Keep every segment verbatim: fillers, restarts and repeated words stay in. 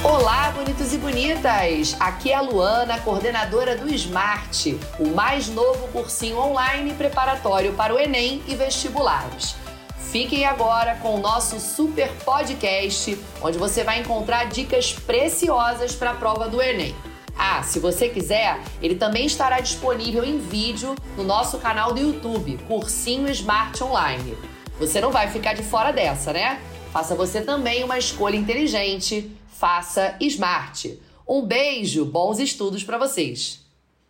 Olá, bonitos e bonitas! Aqui é a Luana, coordenadora do Smart, o mais novo cursinho online preparatório para o Enem e vestibulares. Fiquem agora com o nosso super podcast, onde você vai encontrar dicas preciosas para a prova do Enem. Ah, se você quiser, ele também estará disponível em vídeo no nosso canal do YouTube, Cursinho Smart Online. Você não vai ficar de fora dessa, né? Faça você também uma escolha inteligente. Faça Smart. Um beijo, bons estudos para vocês.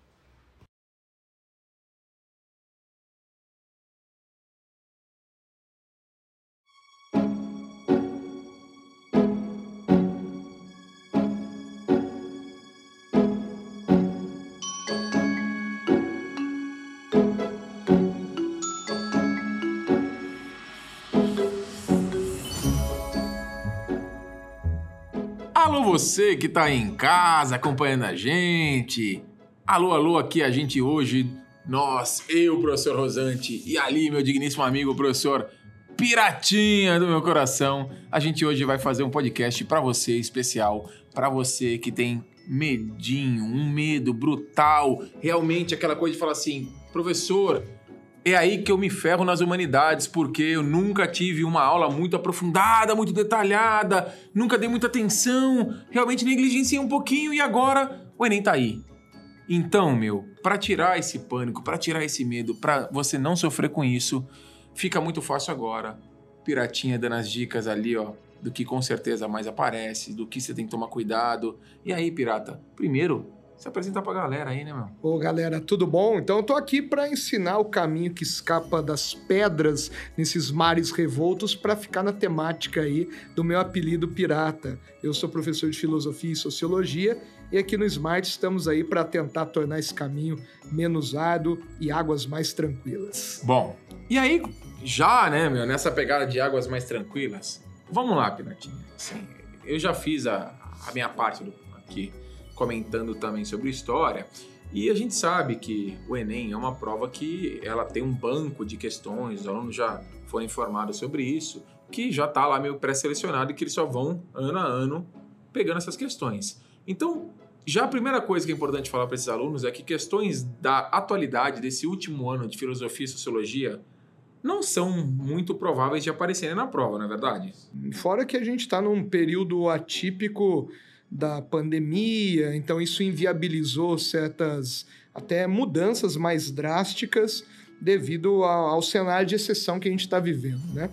Alô você que tá aí em casa acompanhando a gente. Alô, alô, aqui a gente hoje, nós, eu, professor Rosante, e ali meu digníssimo amigo, professor Piratinha do meu coração. A gente hoje vai fazer um podcast pra você, especial, pra você que tem medinho, um medo brutal, realmente aquela coisa de falar assim, professor, é aí que eu me ferro nas humanidades, porque eu nunca tive uma aula muito aprofundada, muito detalhada, nunca dei muita atenção, realmente negligenciei um pouquinho e agora o Enem tá aí. Então, meu, pra tirar esse pânico, pra tirar esse medo, pra você não sofrer com isso, fica muito fácil agora. Piratinha dando as dicas ali, ó, do que com certeza mais aparece, do que você tem que tomar cuidado. E aí, pirata, primeiro, se apresentar pra galera aí, né, meu? Ô, galera, tudo bom? Então eu tô aqui para ensinar o caminho que escapa das pedras nesses mares revoltos para ficar na temática aí do meu apelido pirata. Eu sou professor de filosofia e sociologia e aqui no Smart estamos aí para tentar tornar esse caminho menos árduo e águas mais tranquilas. Bom, e aí, já, né, meu, nessa pegada de águas mais tranquilas, vamos lá, Piratinha. Assim, eu já fiz a, a minha parte do, aqui, comentando também sobre história, e a gente sabe que o Enem é uma prova que ela tem um banco de questões, os alunos já foram informados sobre isso, que já está lá meio pré-selecionado e que eles só vão, ano a ano, pegando essas questões. Então, já a primeira coisa que é importante falar para esses alunos é que questões da atualidade desse último ano de filosofia e sociologia não são muito prováveis de aparecerem na prova, não é verdade? Fora que a gente está num período atípico da pandemia, então isso inviabilizou certas até mudanças mais drásticas devido ao, ao cenário de exceção que a gente está vivendo, né?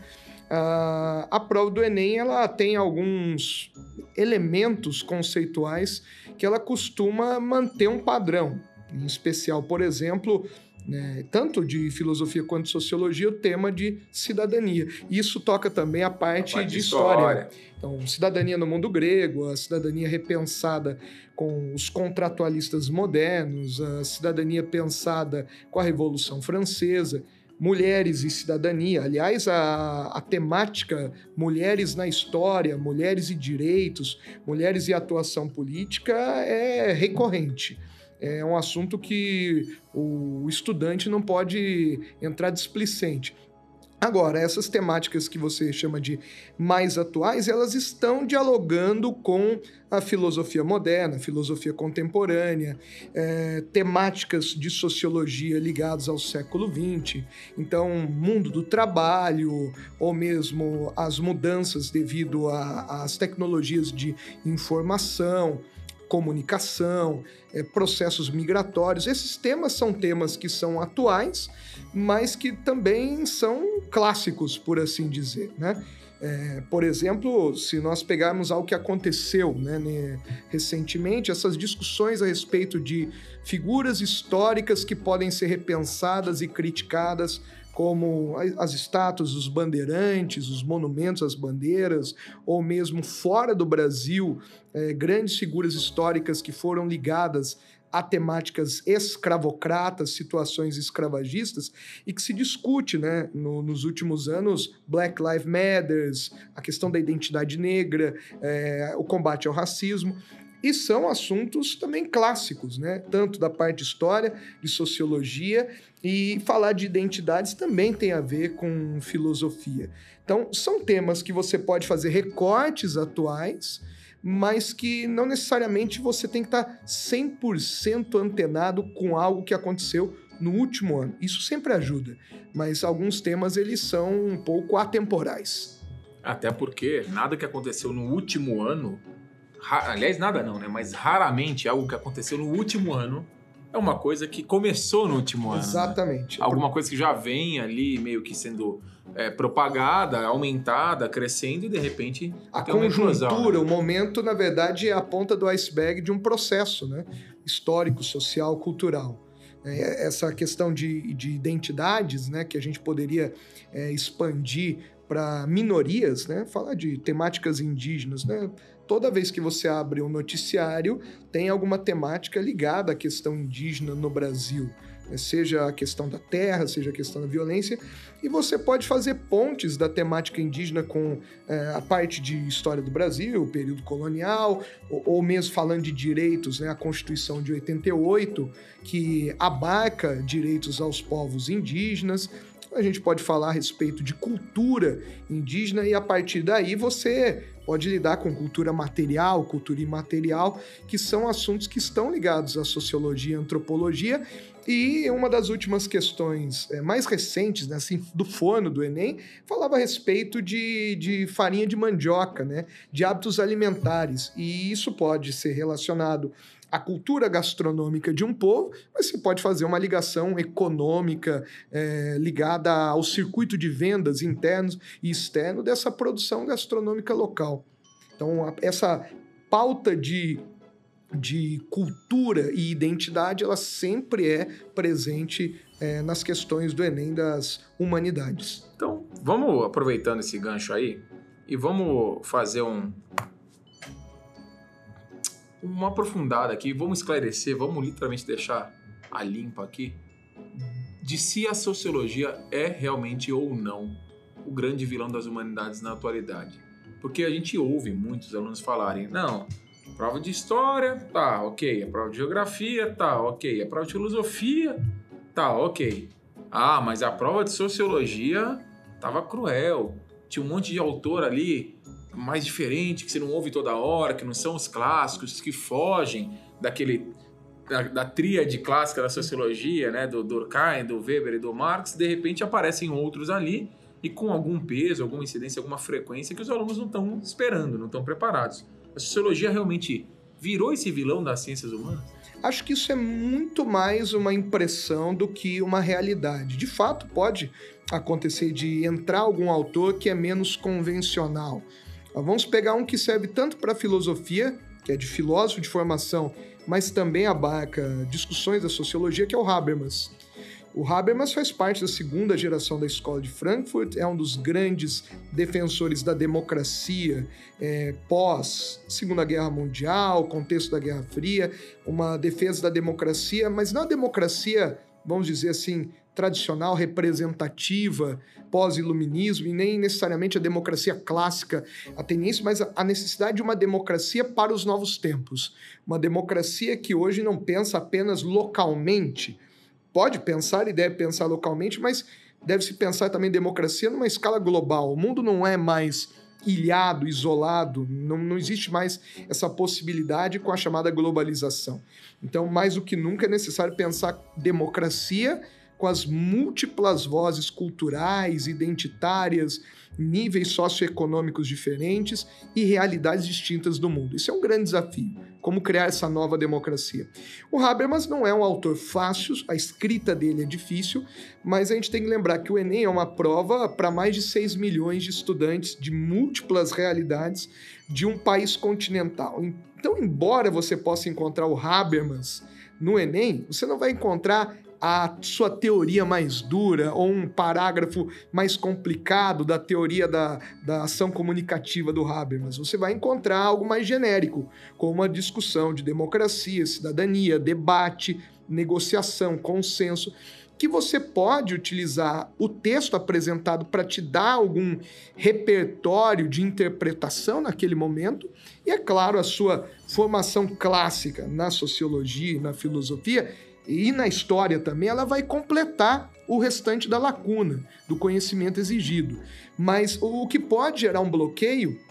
Uh, a prova do Enem ela tem alguns elementos conceituais que ela costuma manter um padrão, em especial, por exemplo, né, tanto de filosofia quanto de sociologia, o tema de cidadania. Isso toca também a parte, a parte de, de história. história. Então, cidadania no mundo grego, a cidadania repensada com os contratualistas modernos, a cidadania pensada com a Revolução Francesa, mulheres e cidadania. Aliás, a, a temática mulheres na história, mulheres e direitos, mulheres e atuação política é recorrente. É um assunto que o estudante não pode entrar displicente. Agora, essas temáticas que você chama de mais atuais, elas estão dialogando com a filosofia moderna, a filosofia contemporânea, é, temáticas de sociologia ligadas ao século vinte. Então, mundo do trabalho, ou mesmo as mudanças devido às tecnologias de informação, comunicação, é, processos migratórios. Esses temas são temas que são atuais, mas que também são clássicos, por assim dizer, né? É, por exemplo, se nós pegarmos algo que aconteceu, né, né, recentemente, essas discussões a respeito de figuras históricas que podem ser repensadas e criticadas, como as estátuas dos bandeirantes, os monumentos às bandeiras, ou mesmo fora do Brasil, é, grandes figuras históricas que foram ligadas a temáticas escravocratas, situações escravagistas, e que se discute, né, no, nos últimos anos, Black Lives Matter, a questão da identidade negra, é, o combate ao racismo. E são assuntos também clássicos, né? Tanto da parte de história, de sociologia, e falar de identidades também tem a ver com filosofia. Então, são temas que você pode fazer recortes atuais, mas que não necessariamente você tem que estar cem por cento antenado com algo que aconteceu no último ano. Isso sempre ajuda, mas alguns temas eles são um pouco atemporais. Até porque nada que aconteceu no último ano, ra- aliás, nada não, né? Mas raramente algo que aconteceu no último ano é uma coisa que começou no último ano. Exatamente. Né? Alguma coisa que já vem ali meio que sendo é, propagada, aumentada, crescendo e de repente A tem uma explosão, conjuntura, né? o momento, na verdade, é a ponta do iceberg de um processo, né? Histórico, social, cultural. É, essa questão de, de identidades, né? Que a gente poderia é, expandir para minorias, né? Falar de temáticas indígenas, né? Toda vez que você abre um noticiário, tem alguma temática ligada à questão indígena no Brasil, né? Seja a questão da terra, seja a questão da violência, e você pode fazer pontes da temática indígena com é, a parte de história do Brasil, o período colonial, ou, ou mesmo falando de direitos, né? A Constituição de oitenta e oito, que abarca direitos aos povos indígenas. A gente pode falar a respeito de cultura indígena e a partir daí você pode lidar com cultura material, cultura imaterial, que são assuntos que estão ligados à sociologia e antropologia. E uma das últimas questões é, mais recentes, né, assim, do forno do Enem, falava a respeito de, de farinha de mandioca, né, de hábitos alimentares. E isso pode ser relacionado à cultura gastronômica de um povo, mas você pode fazer uma ligação econômica é, ligada ao circuito de vendas internos e externo dessa produção gastronômica local. Então, a, essa pauta de, de cultura e identidade, ela sempre é presente é, nas questões do Enem das humanidades. Então, vamos aproveitando esse gancho aí e vamos fazer um... uma aprofundada aqui, vamos esclarecer, vamos literalmente deixar a limpa aqui de se a sociologia é realmente ou não o grande vilão das humanidades na atualidade. Porque a gente ouve muitos alunos falarem, não, prova de história, tá, ok, a prova de geografia, tá, ok, a prova de filosofia, tá, ok. Ah, mas a prova de sociologia tava cruel, tinha um monte de autor ali mais diferente, que você não ouve toda hora, que não são os clássicos, que fogem daquele, da, da tríade clássica da sociologia, né, do Durkheim, do Weber e do Marx, de repente aparecem outros ali e com algum peso, alguma incidência, alguma frequência que os alunos não estão esperando, não estão preparados. A sociologia realmente virou esse vilão das ciências humanas? Acho que isso é muito mais uma impressão do que uma realidade. De fato, pode acontecer de entrar algum autor que é menos convencional. Vamos pegar um que serve tanto para filosofia, que é de filósofo de formação, mas também abarca discussões da sociologia, que é o Habermas. O Habermas faz parte da segunda geração da Escola de Frankfurt, é um dos grandes defensores da democracia é, pós Segunda Guerra Mundial, contexto da Guerra Fria, uma defesa da democracia, mas não a democracia, vamos dizer assim, tradicional, representativa, pós-iluminismo, e nem necessariamente a democracia clássica ateniense, mas a necessidade de uma democracia para os novos tempos. Uma democracia que hoje não pensa apenas localmente, pode pensar e deve pensar localmente, mas deve-se pensar também democracia numa escala global. O mundo não é mais ilhado, isolado, não, não existe mais essa possibilidade com a chamada globalização. Então, mais do que nunca, é necessário pensar democracia com as múltiplas vozes culturais, identitárias, níveis socioeconômicos diferentes e realidades distintas do mundo. Isso é um grande desafio, como criar essa nova democracia. O Habermas não é um autor fácil, a escrita dele é difícil, mas a gente tem que lembrar que o Enem é uma prova para mais de seis milhões de estudantes de múltiplas realidades de um país continental. Então, embora você possa encontrar o Habermas no Enem, você não vai encontrar a sua teoria mais dura ou um parágrafo mais complicado da teoria da, da ação comunicativa do Habermas. Você vai encontrar algo mais genérico, como uma discussão de democracia, cidadania, debate, negociação, consenso, que você pode utilizar o texto apresentado para te dar algum repertório de interpretação naquele momento e, é claro, a sua formação clássica na sociologia e na filosofia e na história também, ela vai completar o restante da lacuna do conhecimento exigido. Mas o que pode gerar um bloqueio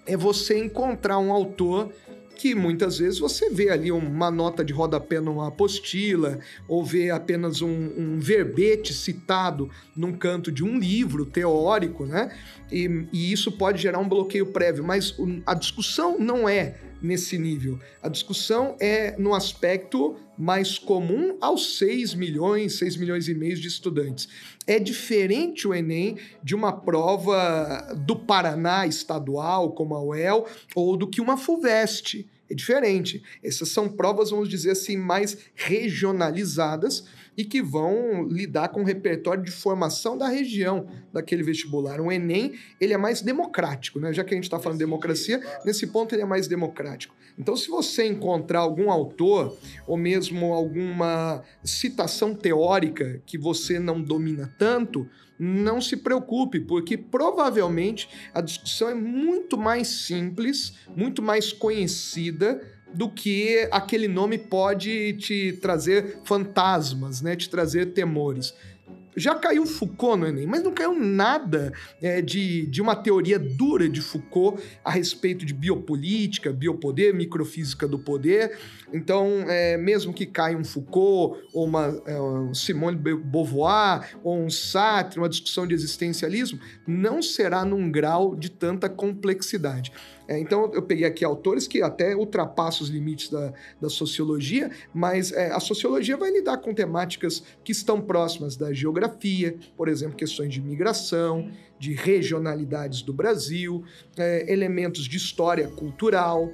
é você encontrar um autor que muitas vezes você vê ali uma nota de rodapé numa apostila, ou vê apenas um, um verbete citado num canto de um livro teórico, né? E, e isso pode gerar um bloqueio prévio, mas a discussão não é nesse nível. A discussão é no aspecto mais comum aos seis milhões, seis milhões e meio de estudantes. É diferente o Enem de uma prova do Paraná estadual, como a U E L, ou do que uma FUVEST. É diferente. Essas são provas, vamos dizer assim, mais regionalizadas e que vão lidar com o repertório de formação da região daquele vestibular. O Enem, ele é mais democrático, né? Já que a gente está falando de democracia, nesse ponto ele é mais democrático. Então, se você encontrar algum autor ou mesmo alguma citação teórica que você não domina tanto, não se preocupe, porque provavelmente a discussão é muito mais simples, muito mais conhecida do que aquele nome pode te trazer fantasmas, né? Te trazer temores. Já caiu Foucault no Enem, mas não caiu nada é, de, de uma teoria dura de Foucault a respeito de biopolítica, biopoder, microfísica do poder. Então, é, mesmo que caia um Foucault, ou uma é, um Simone de Beauvoir, ou um Sartre, uma discussão de existencialismo, não será num grau de tanta complexidade. É, então, eu peguei aqui autores que até ultrapassam os limites da, da sociologia, mas é, a sociologia vai lidar com temáticas que estão próximas da geografia, por exemplo, questões de migração, de regionalidades do Brasil, é, elementos de história cultural.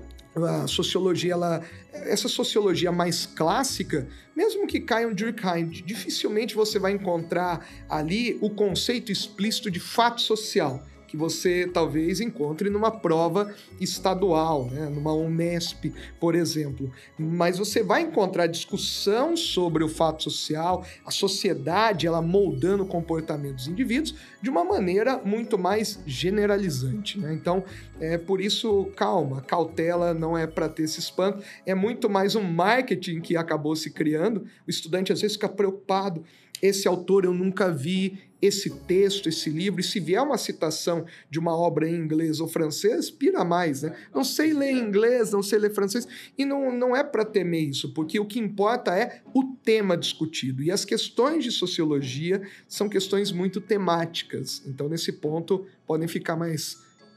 A sociologia, ela, essa sociologia mais clássica, mesmo que caia um Durkheim, dificilmente você vai encontrar ali o conceito explícito de fato social, que você talvez encontre numa prova estadual, né? Numa Unesp, por exemplo. Mas você vai encontrar discussão sobre o fato social, a sociedade ela moldando o comportamento dos indivíduos de uma maneira muito mais generalizante, né? Então, é por isso, calma, cautela, não é para ter esse espanto, é muito mais um marketing que acabou se criando. O estudante às vezes fica preocupado, esse autor eu nunca vi, esse texto, esse livro, e se vier uma citação de uma obra em inglês ou francês, pira mais, né? Não sei ler inglês, não sei ler francês, e não, não é para temer isso, porque o que importa é o tema discutido, e as questões de sociologia são questões muito temáticas, então nesse ponto podem ficar mais,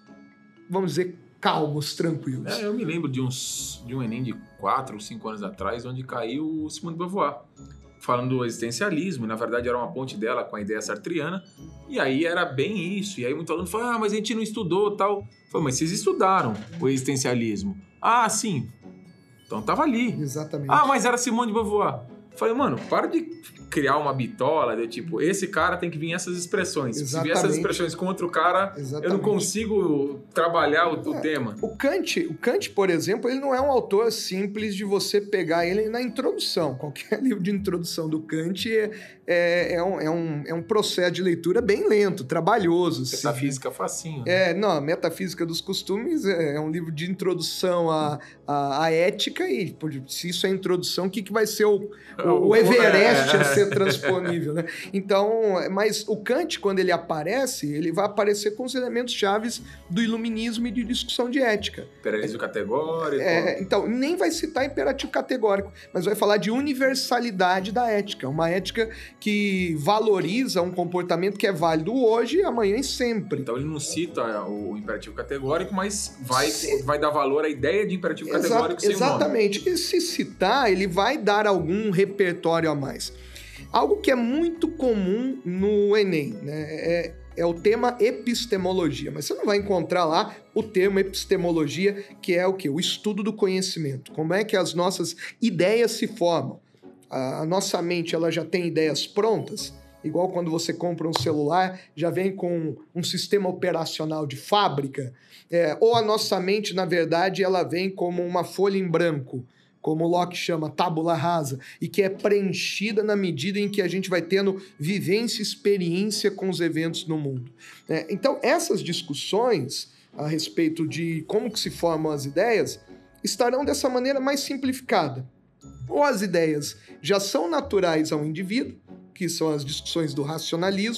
vamos dizer, calmos, tranquilos. É, eu me lembro de, uns, de um Enem de quatro ou cinco anos atrás, onde caiu o Simone de Beauvoir, falando do existencialismo, e na verdade era uma ponte dela com a ideia sartriana, e aí era bem isso, e aí muito aluno falou, ah, mas a gente não estudou, tal. Falei, mas vocês estudaram o existencialismo. Ah, sim. Então tava ali. Exatamente. Ah, mas era Simone de Beauvoir. Falei, mano, para de criar uma bitola de tipo, esse cara tem que vir essas expressões. Exatamente. Se vier essas expressões contra o cara, exatamente, eu não consigo trabalhar o, o é, tema. O Kant, o Kant, por exemplo, ele não é um autor simples de você pegar ele na introdução. Qualquer livro de introdução do Kant é, é, é, um, é, um, é um processo de leitura bem lento, trabalhoso. Metafísica assim, facinho. Né? É, não, Metafísica dos Costumes é, é um livro de introdução à, à, à ética e se isso é introdução, o que, que vai ser o, o, o Everest é, a ser transponível, né? Então, mas o Kant, quando ele aparece, ele vai aparecer com os elementos chaves do iluminismo e de discussão de ética. Imperativo categórico. É, então, nem vai citar imperativo categórico, mas vai falar de universalidade da ética, uma ética que valoriza um comportamento que é válido hoje, amanhã e sempre. Então, ele não cita o imperativo categórico, mas vai, se... vai dar valor à ideia de imperativo Exa- categórico sem Exatamente. nome. E se citar, ele vai dar algum repertório a mais. Algo que é muito comum no Enem, né? É, é o tema epistemologia, mas você não vai encontrar lá o termo epistemologia, que é o quê? O estudo do conhecimento. Como é que as nossas ideias se formam? A nossa mente, ela já tem ideias prontas? Igual quando você compra um celular, já vem com um sistema operacional de fábrica? É, ou a nossa mente, na verdade, ela vem como uma folha em branco, como o Locke chama, tábula rasa, e que é preenchida na medida em que a gente vai tendo vivência e experiência com os eventos no mundo. É, então, essas discussões a respeito de como que se formam as ideias estarão dessa maneira mais simplificada. Ou as ideias já são naturais ao indivíduo, que são as discussões do racionalismo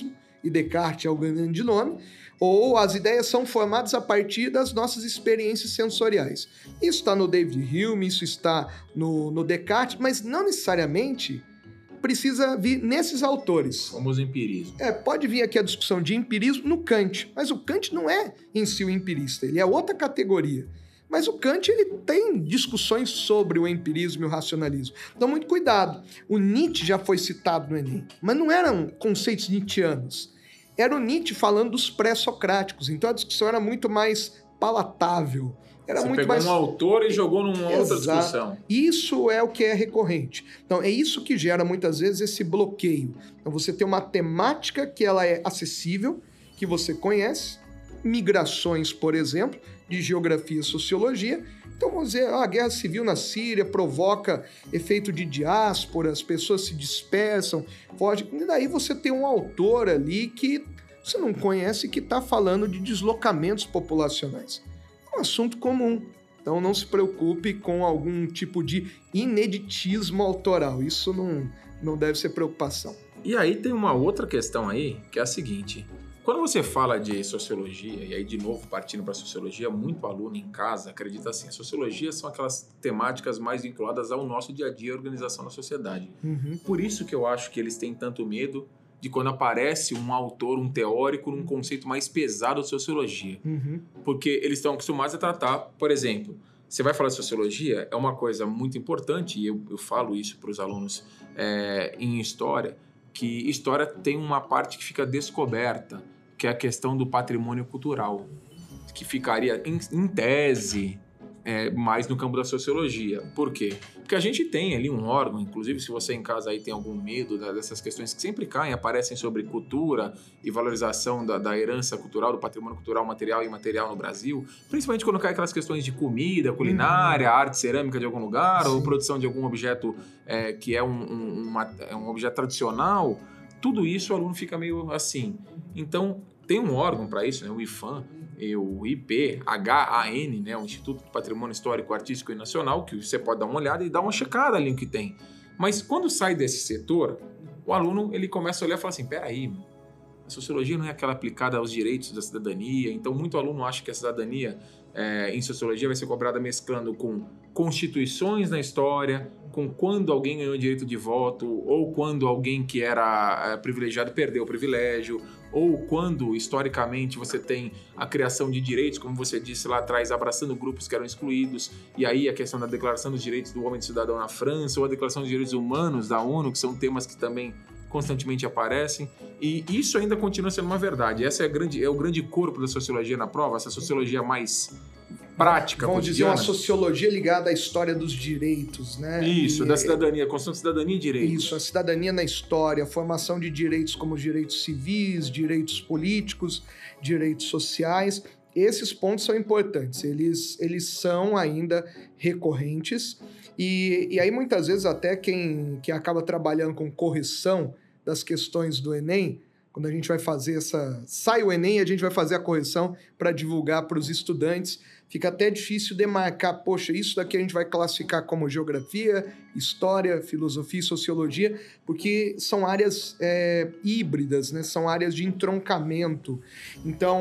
e Descartes é o grande nome, ou as ideias são formadas a partir das nossas experiências sensoriais. Isso está no David Hume, isso está no, no Descartes, mas não necessariamente precisa vir nesses autores. Famoso empirismo. É, pode vir aqui a discussão de empirismo no Kant, mas o Kant não é em si o empirista, ele é outra categoria. Mas o Kant ele tem discussões sobre o empirismo e o racionalismo. Então, muito cuidado. O Nietzsche já foi citado no Enem, mas não eram conceitos nietzschianos. Era o Nietzsche falando dos pré-socráticos. Então, a discussão era muito mais palatável. Era Você muito pegou mais... um autor e jogou numa Exato. outra discussão. Isso é o que é recorrente. Então, é isso que gera, muitas vezes, esse bloqueio. Então, você tem uma temática que ela é acessível, que você conhece, migrações, por exemplo, de geografia e sociologia. Então, vamos dizer, ah, a guerra civil na Síria provoca efeito de diáspora, as pessoas se dispersam, fogem. E daí você tem um autor ali que você não conhece que está falando de deslocamentos populacionais. É um assunto comum. Então, não se preocupe com algum tipo de ineditismo autoral. Isso não, não deve ser preocupação. E aí tem uma outra questão aí, que é a seguinte... Quando você fala de sociologia, e aí de novo partindo para a sociologia, muito aluno em casa acredita assim, a sociologia são aquelas temáticas mais vinculadas ao nosso dia a dia e organização da sociedade. Uhum. Por isso que eu acho que eles têm tanto medo de quando aparece um autor, um teórico, num conceito mais pesado de sociologia. Uhum. Porque eles estão acostumados a tratar, por exemplo, você vai falar de sociologia, é uma coisa muito importante, e eu, eu falo isso para os alunos é, em história, que história tem uma parte que fica descoberta, que é a questão do patrimônio cultural, que ficaria, em, em tese, é, mais no campo da sociologia. Por quê? Porque a gente tem ali um órgão, inclusive se você em casa aí tem algum medo dessas questões que sempre caem, aparecem sobre cultura e valorização da, da herança cultural, do patrimônio cultural material e imaterial no Brasil, principalmente quando cai aquelas questões de comida, culinária, uhum. arte cerâmica de algum lugar, Sim. ou produção de algum objeto é, que é um, um, uma, é um objeto tradicional. Tudo isso o aluno fica meio assim. Então, tem um órgão para isso, né? O IPHAN, o I P H A N, né? O Instituto de Patrimônio Histórico, Artístico e Nacional, que você pode dar uma olhada e dar uma checada ali no que tem. Mas quando sai desse setor, o aluno ele começa a olhar e fala assim, peraí, a sociologia não é aquela aplicada aos direitos da cidadania, então muito aluno acha que a cidadania é, em sociologia vai ser cobrada mesclando com constituições na história, com quando alguém ganhou direito de voto, ou quando alguém que era é, privilegiado perdeu o privilégio, ou quando, historicamente, você tem a criação de direitos, como você disse lá atrás, abraçando grupos que eram excluídos, e aí a questão da Declaração dos Direitos do Homem e do Cidadão na França, ou a Declaração dos Direitos Humanos da ONU, que são temas que também constantemente aparecem, e isso ainda continua sendo uma verdade. Essa é, a grande, é o grande corpo da sociologia na prova, essa sociologia mais prática, Vamos cotidiana. dizer, uma sociologia ligada à história dos direitos, né? Isso, e, da cidadania, a construção de cidadania e direitos. Isso, a cidadania na história, a formação de direitos como direitos civis, direitos políticos, direitos sociais. Esses pontos são importantes, eles, eles são ainda recorrentes, e, e aí muitas vezes até quem, quem acaba trabalhando com correção das questões do Enem, quando a gente vai fazer essa... Sai o Enem, a gente vai fazer a correção para divulgar para os estudantes. Fica até difícil demarcar, poxa, isso daqui a gente vai classificar como geografia, história, filosofia e sociologia, porque são áreas é, híbridas, né? São áreas de entroncamento. Então,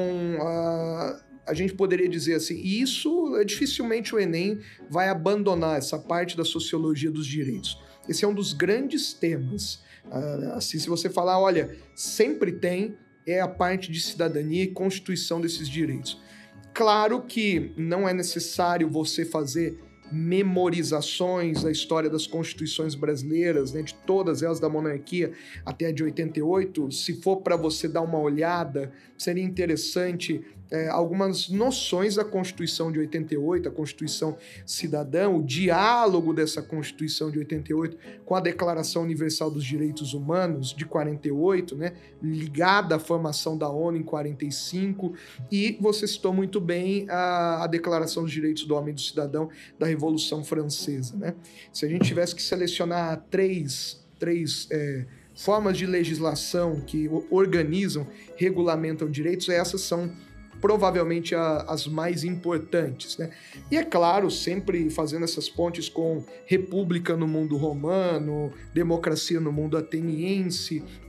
a, a gente poderia dizer assim, isso dificilmente o Enem vai abandonar essa parte da sociologia dos direitos. Esse é um dos grandes temas. Assim, se você falar, olha, sempre tem, é a parte de cidadania e constituição desses direitos. Claro que não é necessário você fazer memorizações da história das constituições brasileiras, né, de todas elas da monarquia até a de oitenta e oito. Se for para você dar uma olhada, seria interessante é, algumas noções da Constituição de oitenta e oito, a Constituição Cidadã, o diálogo dessa Constituição de oitenta e oito com a Declaração Universal dos Direitos Humanos de quarenta e oito, né, ligada à formação da ONU em quarenta e cinco, e você citou muito bem a, a Declaração dos Direitos do Homem e do Cidadão da Revolução Francesa, né? Se a gente tivesse que selecionar três, três é, formas de legislação que organizam, regulamentam direitos, essas são provavelmente a, as mais importantes, né? E é claro, sempre fazendo essas pontes com república no mundo romano, democracia no mundo ateniense,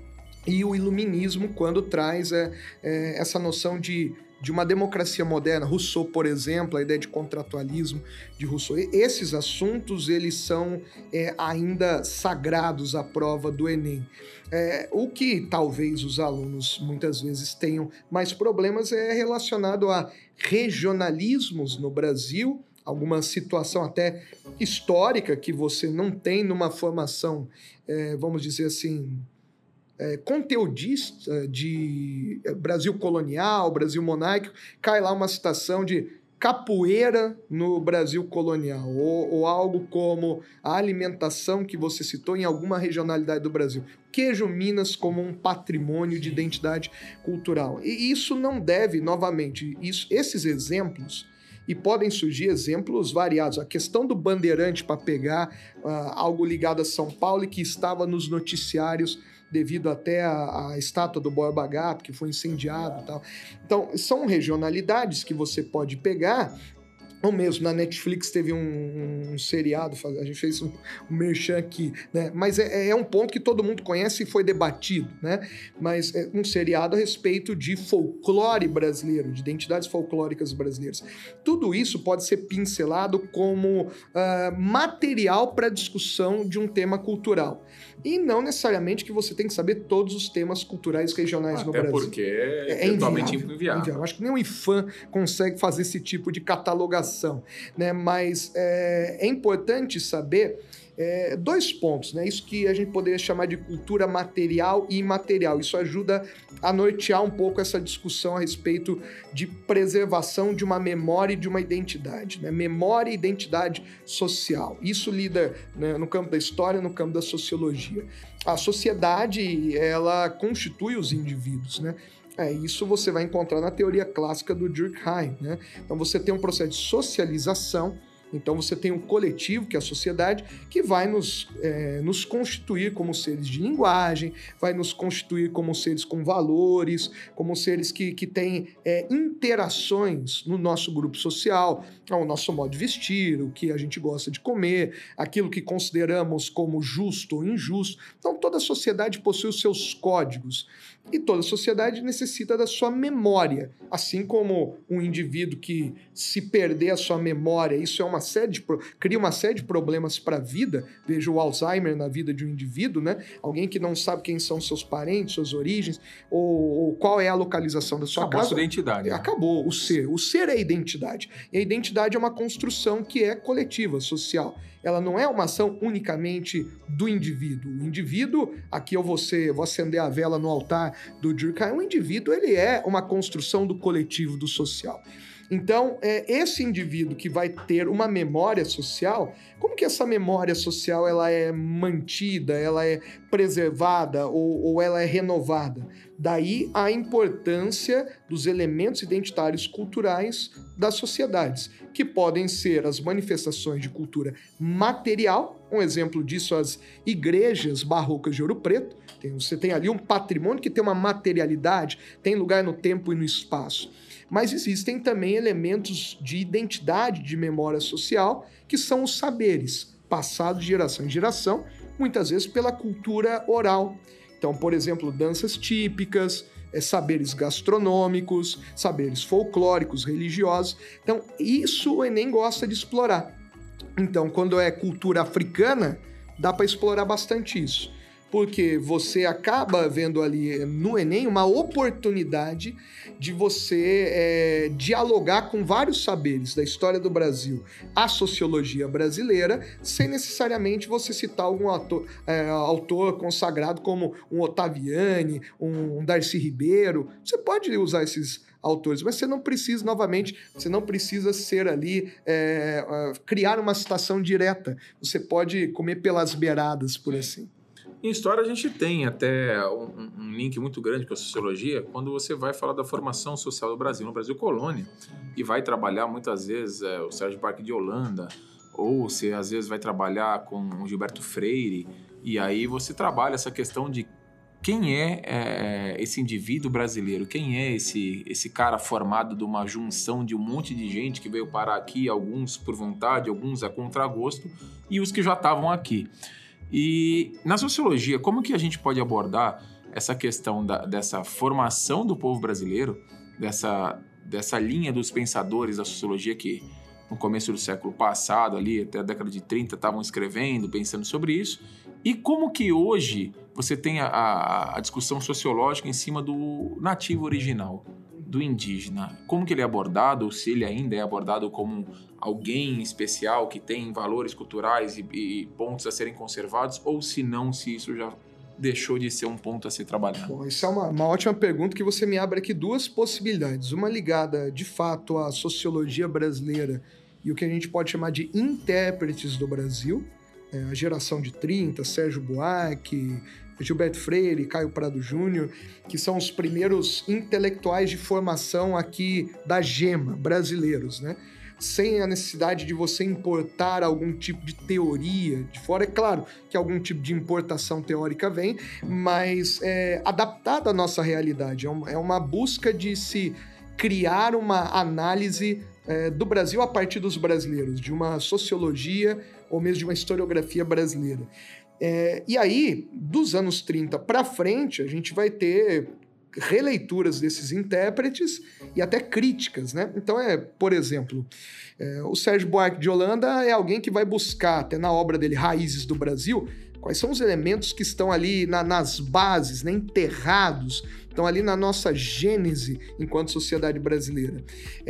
e o iluminismo, quando traz é, é, essa noção de, de uma democracia moderna. Rousseau, por exemplo, a ideia de contratualismo de Rousseau. E esses assuntos, eles são é, ainda sagrados à prova do Enem. É, o que talvez os alunos muitas vezes tenham mais problemas é relacionado a regionalismos no Brasil, alguma situação até histórica que você não tem numa formação, é, vamos dizer assim, é, conteudista de Brasil colonial, Brasil monárquico, cai lá uma citação de capoeira no Brasil colonial, ou, ou algo como a alimentação que você citou em alguma regionalidade do Brasil. Queijo Minas como um patrimônio de identidade cultural. E isso não deve, novamente, isso, esses exemplos, e podem surgir exemplos variados. A questão do bandeirante para pegar uh, algo ligado a São Paulo e que estava nos noticiários devido até a, a estátua do Borba Gato, que foi incendiado e tal. Então, são regionalidades que você pode pegar, ou mesmo na Netflix teve um, um seriado, a gente fez um, um merchan aqui, né? Mas é, é um ponto que todo mundo conhece e foi debatido, né? Mas é um seriado a respeito de folclore brasileiro, de identidades folclóricas brasileiras. Tudo isso pode ser pincelado como uh, material para discussão de um tema cultural. E não necessariamente que você tem que saber todos os temas culturais regionais Até no Brasil. Até porque é, é totalmente inviável, inviável. inviável. Acho que nem o IFAM consegue fazer esse tipo de catalogação, né? Mas é, é importante saber é, dois pontos, né? Isso que a gente poderia chamar de cultura material e imaterial. Isso ajuda a nortear um pouco essa discussão a respeito de preservação de uma memória e de uma identidade, né? Memória e identidade social. Isso lida, né, no campo da história, no campo da sociologia. A sociedade, ela constitui os indivíduos, né? É, isso você vai encontrar na teoria clássica do Durkheim, né? Então você tem um processo de socialização. Então você tem um coletivo, que é a sociedade, que vai nos, é, nos constituir como seres de linguagem, vai nos constituir como seres com valores, como seres que, que têm é, interações no nosso grupo social, o nosso modo de vestir, o que a gente gosta de comer, aquilo que consideramos como justo ou injusto. Então toda a sociedade possui os seus códigos. E toda a sociedade necessita da sua memória, assim como um indivíduo que, se perder a sua memória, isso é uma série de, cria uma série de problemas para a vida. Veja o Alzheimer na vida de um indivíduo, né? Alguém que não sabe quem são seus parentes, suas origens, ou, ou qual é a localização da sua Acabou casa. Acabou a sua identidade. Né? Acabou o ser. O ser é a identidade. E a identidade é uma construção que é coletiva, social. Ela não é uma ação unicamente do indivíduo. O indivíduo, aqui eu vou, ser, vou acender a vela no altar do Durkheim, o indivíduo ele é uma construção do coletivo, do social. Então, é, esse indivíduo que vai ter uma memória social, como que essa memória social ela é mantida, ela é preservada ou, ou ela é renovada? Daí a importância dos elementos identitários culturais das sociedades, que podem ser as manifestações de cultura material, um exemplo disso as igrejas barrocas de Ouro Preto. Tem, você tem ali um patrimônio que tem uma materialidade, tem lugar no tempo e no espaço. Mas existem também elementos de identidade, de memória social, que são os saberes, passados de geração em geração, muitas vezes pela cultura oral. Então, por exemplo, danças típicas, é, saberes gastronômicos, saberes folclóricos, religiosos. Então, isso o Enem gosta de explorar. Então, quando é cultura africana, dá para explorar bastante isso. Porque você acaba vendo ali no Enem uma oportunidade de você é, dialogar com vários saberes da história do Brasil, a sociologia brasileira, sem necessariamente você citar algum autor, é, autor consagrado como um Ottaviani, um Darcy Ribeiro. Você pode usar esses autores, mas você não precisa, novamente, você não precisa ser ali, é, criar uma citação direta. Você pode comer pelas beiradas, por assim. Em história, a gente tem até um, um link muito grande com a sociologia quando você vai falar da formação social do Brasil, no Brasil colônia, e vai trabalhar muitas vezes é, o Sérgio Parque de Holanda, ou você às vezes vai trabalhar com o Gilberto Freire, e aí você trabalha essa questão de quem é, é esse indivíduo brasileiro, quem é esse, esse cara formado de uma junção de um monte de gente que veio parar aqui, alguns por vontade, alguns a contragosto, e os que já estavam aqui. E na sociologia, como que a gente pode abordar essa questão da, dessa formação do povo brasileiro, dessa, dessa linha dos pensadores da sociologia que no começo do século passado, ali até a década de trinta, estavam escrevendo, pensando sobre isso, e como que hoje você tem a, a, a discussão sociológica em cima do nativo original, do indígena. Como que ele é abordado, ou se ele ainda é abordado como alguém especial que tem valores culturais e, e pontos a serem conservados, ou se não, se isso já deixou de ser um ponto a ser trabalhado? Bom, isso é uma, uma ótima pergunta que você me abre aqui duas possibilidades. Uma ligada, de fato, à sociologia brasileira e o que a gente pode chamar de intérpretes do Brasil, é, a geração de trinta, Sérgio Buarque, Gilberto Freire, Caio Prado Júnior, que são os primeiros intelectuais de formação aqui da gema, brasileiros, né? Sem a necessidade de você importar algum tipo de teoria de fora. É claro que algum tipo de importação teórica vem, mas é adaptado à nossa realidade. É uma, é uma busca de se criar uma análise é, do Brasil a partir dos brasileiros, de uma sociologia ou mesmo de uma historiografia brasileira. É, e aí, dos anos trinta para frente, a gente vai ter releituras desses intérpretes e até críticas, né? Então, é, por exemplo, é, o Sérgio Buarque de Holanda é alguém que vai buscar, até na obra dele, Raízes do Brasil, quais são os elementos que estão ali na, nas bases, né, enterrados, estão ali na nossa gênese enquanto sociedade brasileira.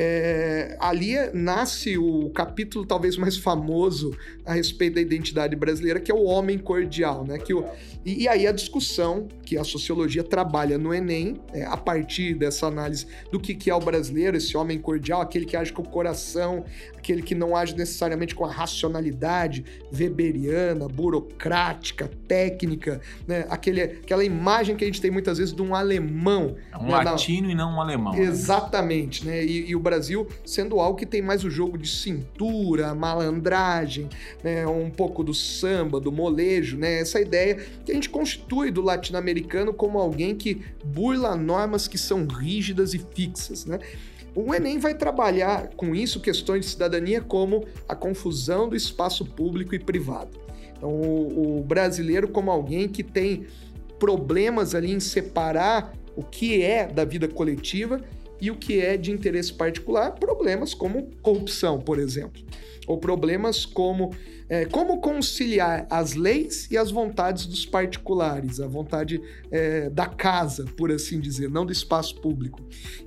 É, ali nasce o capítulo talvez mais famoso a respeito da identidade brasileira, que é o homem cordial, né? Que o, e, e aí a discussão que a sociologia trabalha no Enem, é, a partir dessa análise do que, que é o brasileiro, esse homem cordial, aquele que age com o coração, aquele que não age necessariamente com a racionalidade weberiana, burocrática, técnica, né? Aquele, aquela imagem que a gente tem muitas vezes de um alemão. É um né? latino Na... e não um alemão. Exatamente, né? E, e o Brasil sendo algo que tem mais o jogo de cintura, malandragem, né? Um pouco do samba, do molejo, né? Essa ideia que a gente constitui do latino-americano como alguém que burla normas que são rígidas e fixas, né? O Enem vai trabalhar com isso questões de cidadania como a confusão do espaço público e privado. Então, o, o brasileiro como alguém que tem problemas ali em separar o que é da vida coletiva e o que é de interesse particular, problemas como corrupção, por exemplo, ou problemas como é, como conciliar as leis e as vontades dos particulares, a vontade é, da casa, por assim dizer, não do espaço público.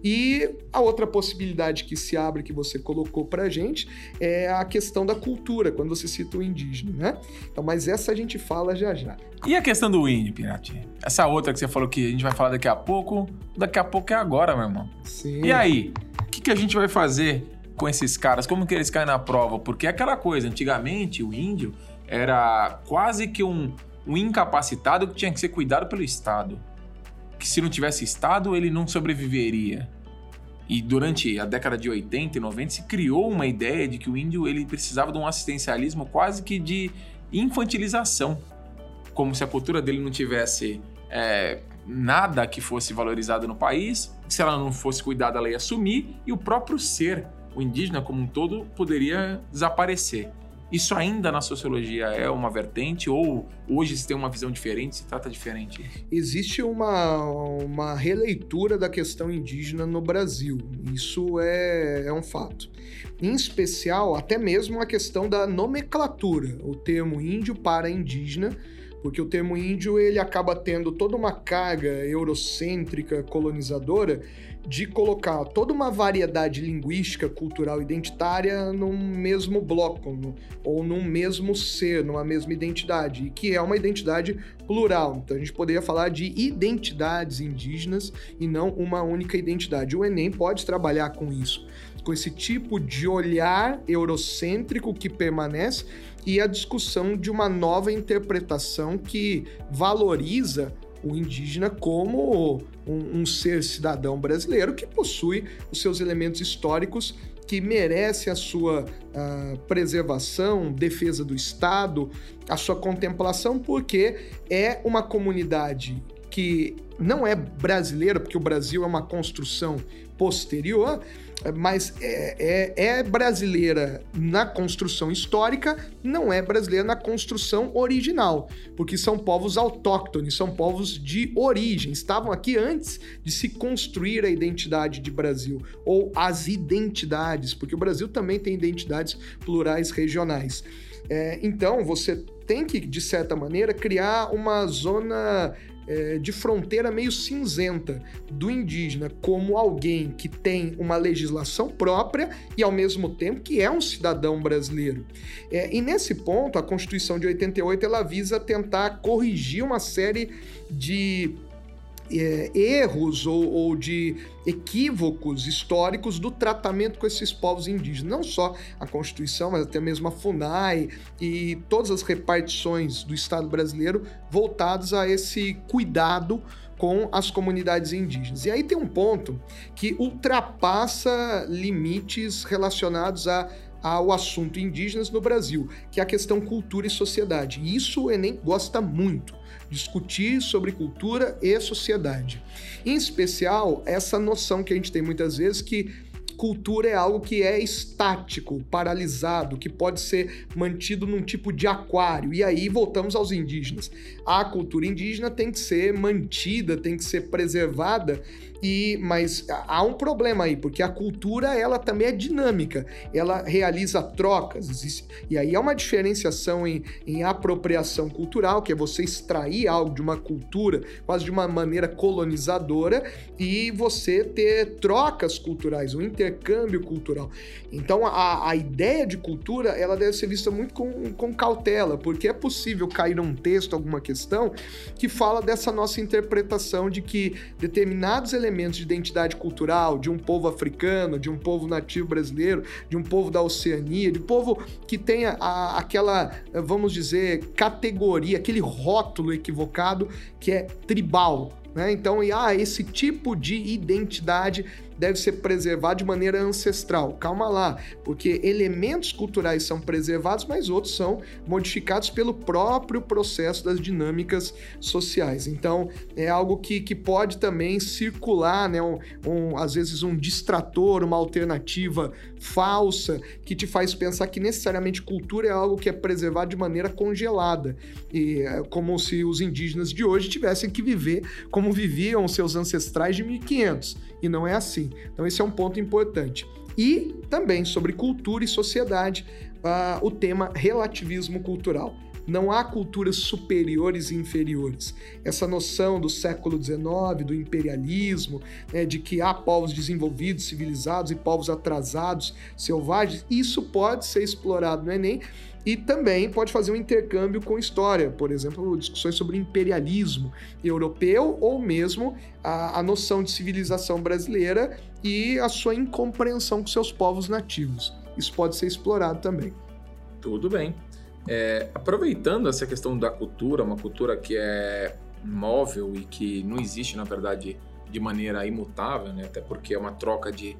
E a outra possibilidade que se abre, que você colocou pra gente, é a questão da cultura, quando você cita o indígena, né? Então, mas essa a gente fala já já. E a questão do índio, Pirati? Essa outra que você falou que a gente vai falar daqui a pouco, daqui a pouco é agora, meu irmão. Sim. E aí, o que, que a gente vai fazer com esses caras? Como que eles caem na prova? Porque é aquela coisa, antigamente o índio era quase que um, um incapacitado que tinha que ser cuidado pelo Estado. Que se não tivesse Estado, ele não sobreviveria. E durante a década de oitenta e noventa se criou uma ideia de que o índio ele precisava de um assistencialismo quase que de infantilização. Como se a cultura dele não tivesse é, nada que fosse valorizado no país, se ela não fosse cuidada, ela ia sumir, e o próprio ser, o indígena como um todo, poderia desaparecer. Isso ainda na sociologia é uma vertente, ou hoje se tem uma visão diferente, se trata diferente? Existe uma, uma releitura da questão indígena no Brasil, isso é, é um fato. Em especial, até mesmo a questão da nomenclatura, o termo índio para indígena, porque o termo índio ele acaba tendo toda uma carga eurocêntrica, colonizadora, de colocar toda uma variedade linguística, cultural, identitária num mesmo bloco, no, ou num mesmo ser, numa mesma identidade, e que é uma identidade plural. Então a gente poderia falar de identidades indígenas e não uma única identidade. O Enem pode trabalhar com isso, com esse tipo de olhar eurocêntrico que permanece e a discussão de uma nova interpretação que valoriza o indígena como um, um ser cidadão brasileiro que possui os seus elementos históricos, que merece a sua uh, preservação, defesa do Estado, a sua contemplação, porque é uma comunidade que não é brasileira, porque o Brasil é uma construção posterior, mas é, é, é brasileira na construção histórica, não é brasileira na construção original, porque são povos autóctones, são povos de origem, estavam aqui antes de se construir a identidade de Brasil, ou as identidades, porque o Brasil também tem identidades plurais regionais. É, então, você tem que, de certa maneira, criar uma zona é, de fronteira meio cinzenta do indígena como alguém que tem uma legislação própria e, ao mesmo tempo, que é um cidadão brasileiro. É, e, nesse ponto, a Constituição de oitenta e oito ela visa tentar corrigir uma série de É, erros ou, ou de equívocos históricos do tratamento com esses povos indígenas. Não só a Constituição, mas até mesmo a FUNAI e todas as repartições do Estado brasileiro voltadas a esse cuidado com as comunidades indígenas. E aí tem um ponto que ultrapassa limites relacionados a ao assunto indígenas no Brasil, que é a questão cultura e sociedade. E isso o Enem gosta muito, discutir sobre cultura e sociedade. Em especial, essa noção que a gente tem muitas vezes que cultura é algo que é estático, paralisado, que pode ser mantido num tipo de aquário. E aí voltamos aos indígenas. A cultura indígena tem que ser mantida, tem que ser preservada, e, mas há um problema aí, porque a cultura ela também é dinâmica, ela realiza trocas, existe, e aí há uma diferenciação em, em apropriação cultural, que é você extrair algo de uma cultura, quase de uma maneira colonizadora, e você ter trocas culturais, um intercâmbio cultural. Então a, a ideia de cultura ela deve ser vista muito com, com cautela, porque é possível cair num texto, alguma questão, que fala dessa nossa interpretação de que determinados elementos elementos de identidade cultural de um povo africano, de um povo nativo brasileiro, de um povo da Oceania, de um povo que tenha a, aquela, vamos dizer, categoria, aquele rótulo equivocado que é tribal, né? Então, e, ah, esse tipo de identidade deve ser preservado de maneira ancestral. Calma lá, porque elementos culturais são preservados, mas outros são modificados pelo próprio processo das dinâmicas sociais. Então, é algo que, que pode também circular, né? Um, um, às vezes um distrator, uma alternativa falsa, que te faz pensar que necessariamente cultura é algo que é preservado de maneira congelada, e é como se os indígenas de hoje tivessem que viver como viviam seus ancestrais de mil e quinhentos, e não é assim. Então esse é um ponto importante. E também sobre cultura e sociedade, uh, o tema relativismo cultural. Não há culturas superiores e inferiores. Essa noção do século dezenove, do imperialismo, né, de que há povos desenvolvidos, civilizados e povos atrasados, selvagens, isso pode ser explorado no Enem e também pode fazer um intercâmbio com história, por exemplo, discussões sobre imperialismo europeu ou mesmo a, a noção de civilização brasileira e a sua incompreensão com seus povos nativos. Isso pode ser explorado também. Tudo bem. É, aproveitando essa questão da cultura, uma cultura que é móvel e que não existe, na verdade, de maneira imutável, né? Até porque é uma troca de,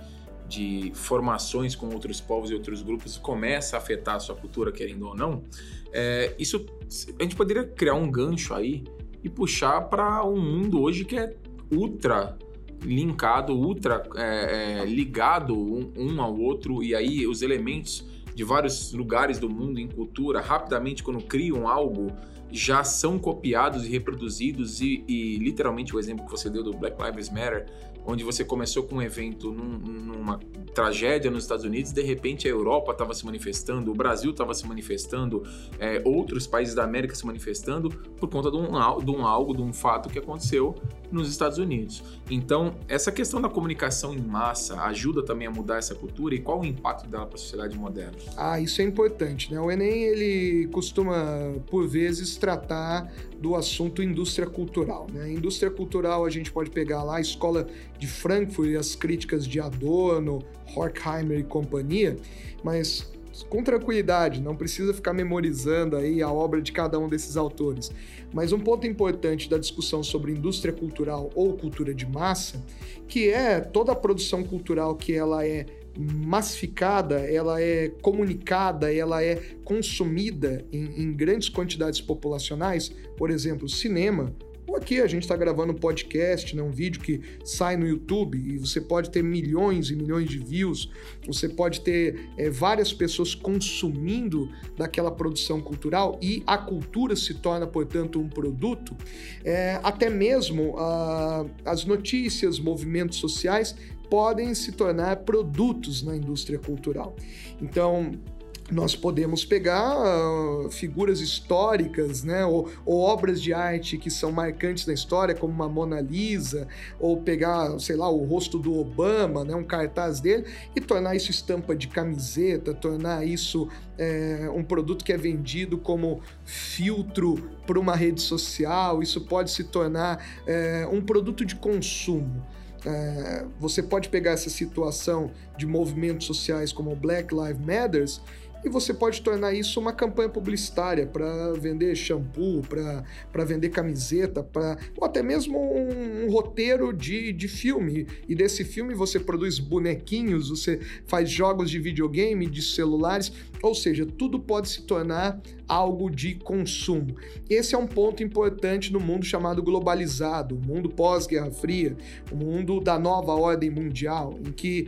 de formações com outros povos e outros grupos começa a afetar a sua cultura, querendo ou não, é, isso, a gente poderia criar um gancho aí e puxar para um mundo hoje que é ultra linkado, ultra é, é, ligado um, um ao outro, e aí os elementos de vários lugares do mundo em cultura, rapidamente, quando criam algo, já são copiados e reproduzidos e, e literalmente o exemplo que você deu do Black Lives Matter, onde você começou com um evento num, numa tragédia nos Estados Unidos, de repente a Europa estava se manifestando, o Brasil estava se manifestando, é, outros países da América se manifestando por conta de um, de um algo, de um fato que aconteceu nos Estados Unidos. Então, essa questão da comunicação em massa ajuda também a mudar essa cultura, e qual o impacto dela para a sociedade moderna? Ah, isso é importante, né? O Enem, ele costuma, por vezes, tratar do assunto indústria cultural, né? Indústria cultural, a gente pode pegar lá a Escola de Frankfurt e as críticas de Adorno, Horkheimer e companhia, mas com tranquilidade, não precisa ficar memorizando aí a obra de cada um desses autores. Mas um ponto importante da discussão sobre indústria cultural ou cultura de massa, que é toda a produção cultural que ela é massificada, ela é comunicada, ela é consumida em, em grandes quantidades populacionais, por exemplo, cinema, Ou aqui a gente está gravando um podcast, né, um vídeo que sai no YouTube e você pode ter milhões e milhões de views, você pode ter é, várias pessoas consumindo daquela produção cultural e a cultura se torna, portanto, um produto. É, até mesmo ah, as notícias, movimentos sociais podem se tornar produtos na indústria cultural. Então, nós podemos pegar uh, figuras históricas, né, ou, ou obras de arte que são marcantes na história, como uma Mona Lisa, ou pegar, sei lá, o rosto do Obama, né, um cartaz dele, e tornar isso estampa de camiseta, tornar isso é, um produto que é vendido como filtro para uma rede social. Isso pode se tornar é, um produto de consumo. É, você pode pegar essa situação de movimentos sociais como o Black Lives Matter e você pode tornar isso uma campanha publicitária para vender shampoo, para vender camiseta, pra, ou até mesmo um, um roteiro de, de filme. E desse filme você produz bonequinhos, você faz jogos de videogame, de celulares, ou seja, tudo pode se tornar algo de consumo. Esse é um ponto importante no mundo chamado globalizado, o mundo pós-Guerra Fria, o mundo da nova ordem mundial, em que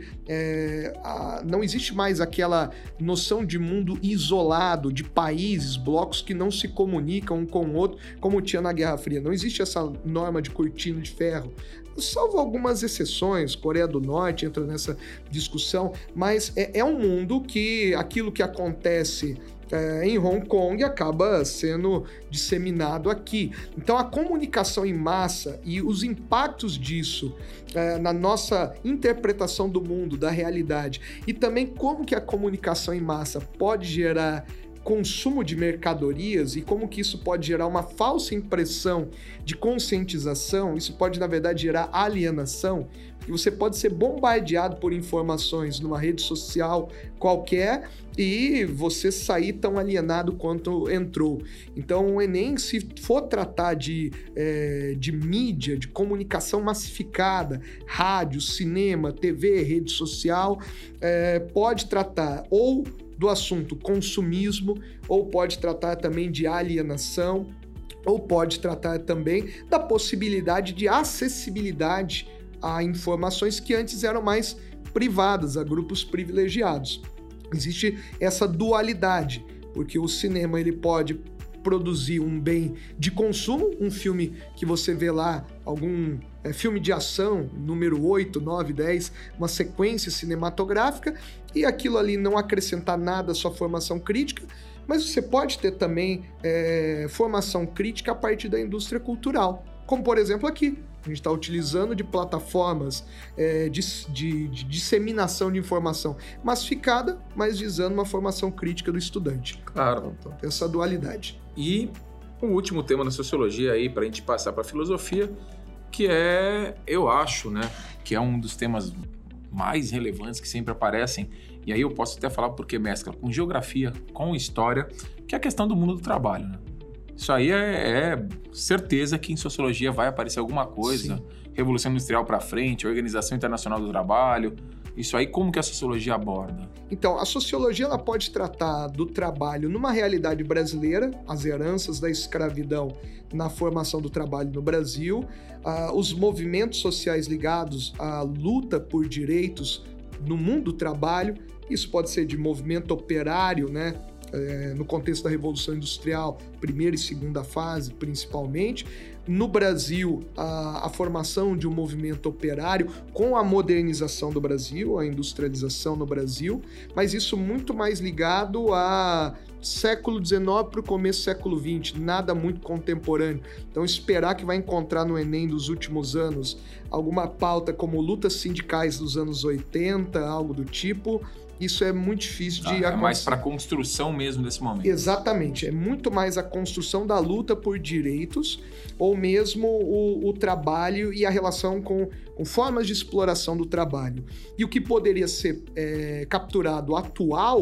é, a, não existe mais aquela noção de mundo isolado, de países, blocos que não se comunicam um com o outro, como tinha na Guerra Fria. Não existe essa norma de cortina de ferro, salvo algumas exceções. Coreia do Norte entra nessa discussão, mas é, é um mundo que aquilo que acontece É, em Hong Kong acaba sendo disseminado aqui. Então a comunicação em massa e os impactos disso é, na nossa interpretação do mundo, da realidade, e também como que a comunicação em massa pode gerar consumo de mercadorias e como que isso pode gerar uma falsa impressão de conscientização, isso pode, na verdade, gerar alienação, porque você pode ser bombardeado por informações numa rede social qualquer e você sair tão alienado quanto entrou. Então o Enem, se for tratar de, é, de mídia, de comunicação massificada, rádio, cinema, T V, rede social, é, pode tratar ou do assunto consumismo, ou pode tratar também de alienação, ou pode tratar também da possibilidade de acessibilidade a informações que antes eram mais privadas, a grupos privilegiados. Existe essa dualidade, porque o cinema ele pode produzir um bem de consumo, um filme que você vê lá, algum é, filme de ação, número oito, nove, dez, uma sequência cinematográfica, e aquilo ali não acrescentar nada à sua formação crítica, mas você pode ter também é, formação crítica a partir da indústria cultural, como por exemplo aqui. A gente está utilizando de plataformas é, de, de, de disseminação de informação massificada, mas visando uma formação crítica do estudante. Claro. Então, essa dualidade. E o último tema na sociologia aí, para a gente passar para a filosofia, que é, eu acho, né, que é um dos temas mais relevantes que sempre aparecem, e aí eu posso até falar porque mescla com geografia, com história, que é a questão do mundo do trabalho, né? Isso aí é, é certeza que em sociologia vai aparecer alguma coisa. Sim. Revolução Industrial para frente, Organização Internacional do Trabalho. Isso aí, como que a sociologia aborda? Então, a sociologia ela pode tratar do trabalho numa realidade brasileira, as heranças da escravidão na formação do trabalho no Brasil, uh, os movimentos sociais ligados à luta por direitos no mundo do trabalho. Isso pode ser de movimento operário, né? É, no contexto da Revolução Industrial, primeira e segunda fase, principalmente. No Brasil, a, a formação de um movimento operário com a modernização do Brasil, a industrialização no Brasil, mas isso muito mais ligado a século dezenove para o começo do século vinte, nada muito contemporâneo. Então, esperar que vai encontrar no Enem dos últimos anos alguma pauta como lutas sindicais dos anos oitenta, algo do tipo, isso é muito difícil de ah, acontecer. É mais para a construção mesmo desse momento. Exatamente, é muito mais a construção da luta por direitos ou mesmo o, o trabalho e a relação com, com formas de exploração do trabalho. E o que poderia ser é, capturado atual,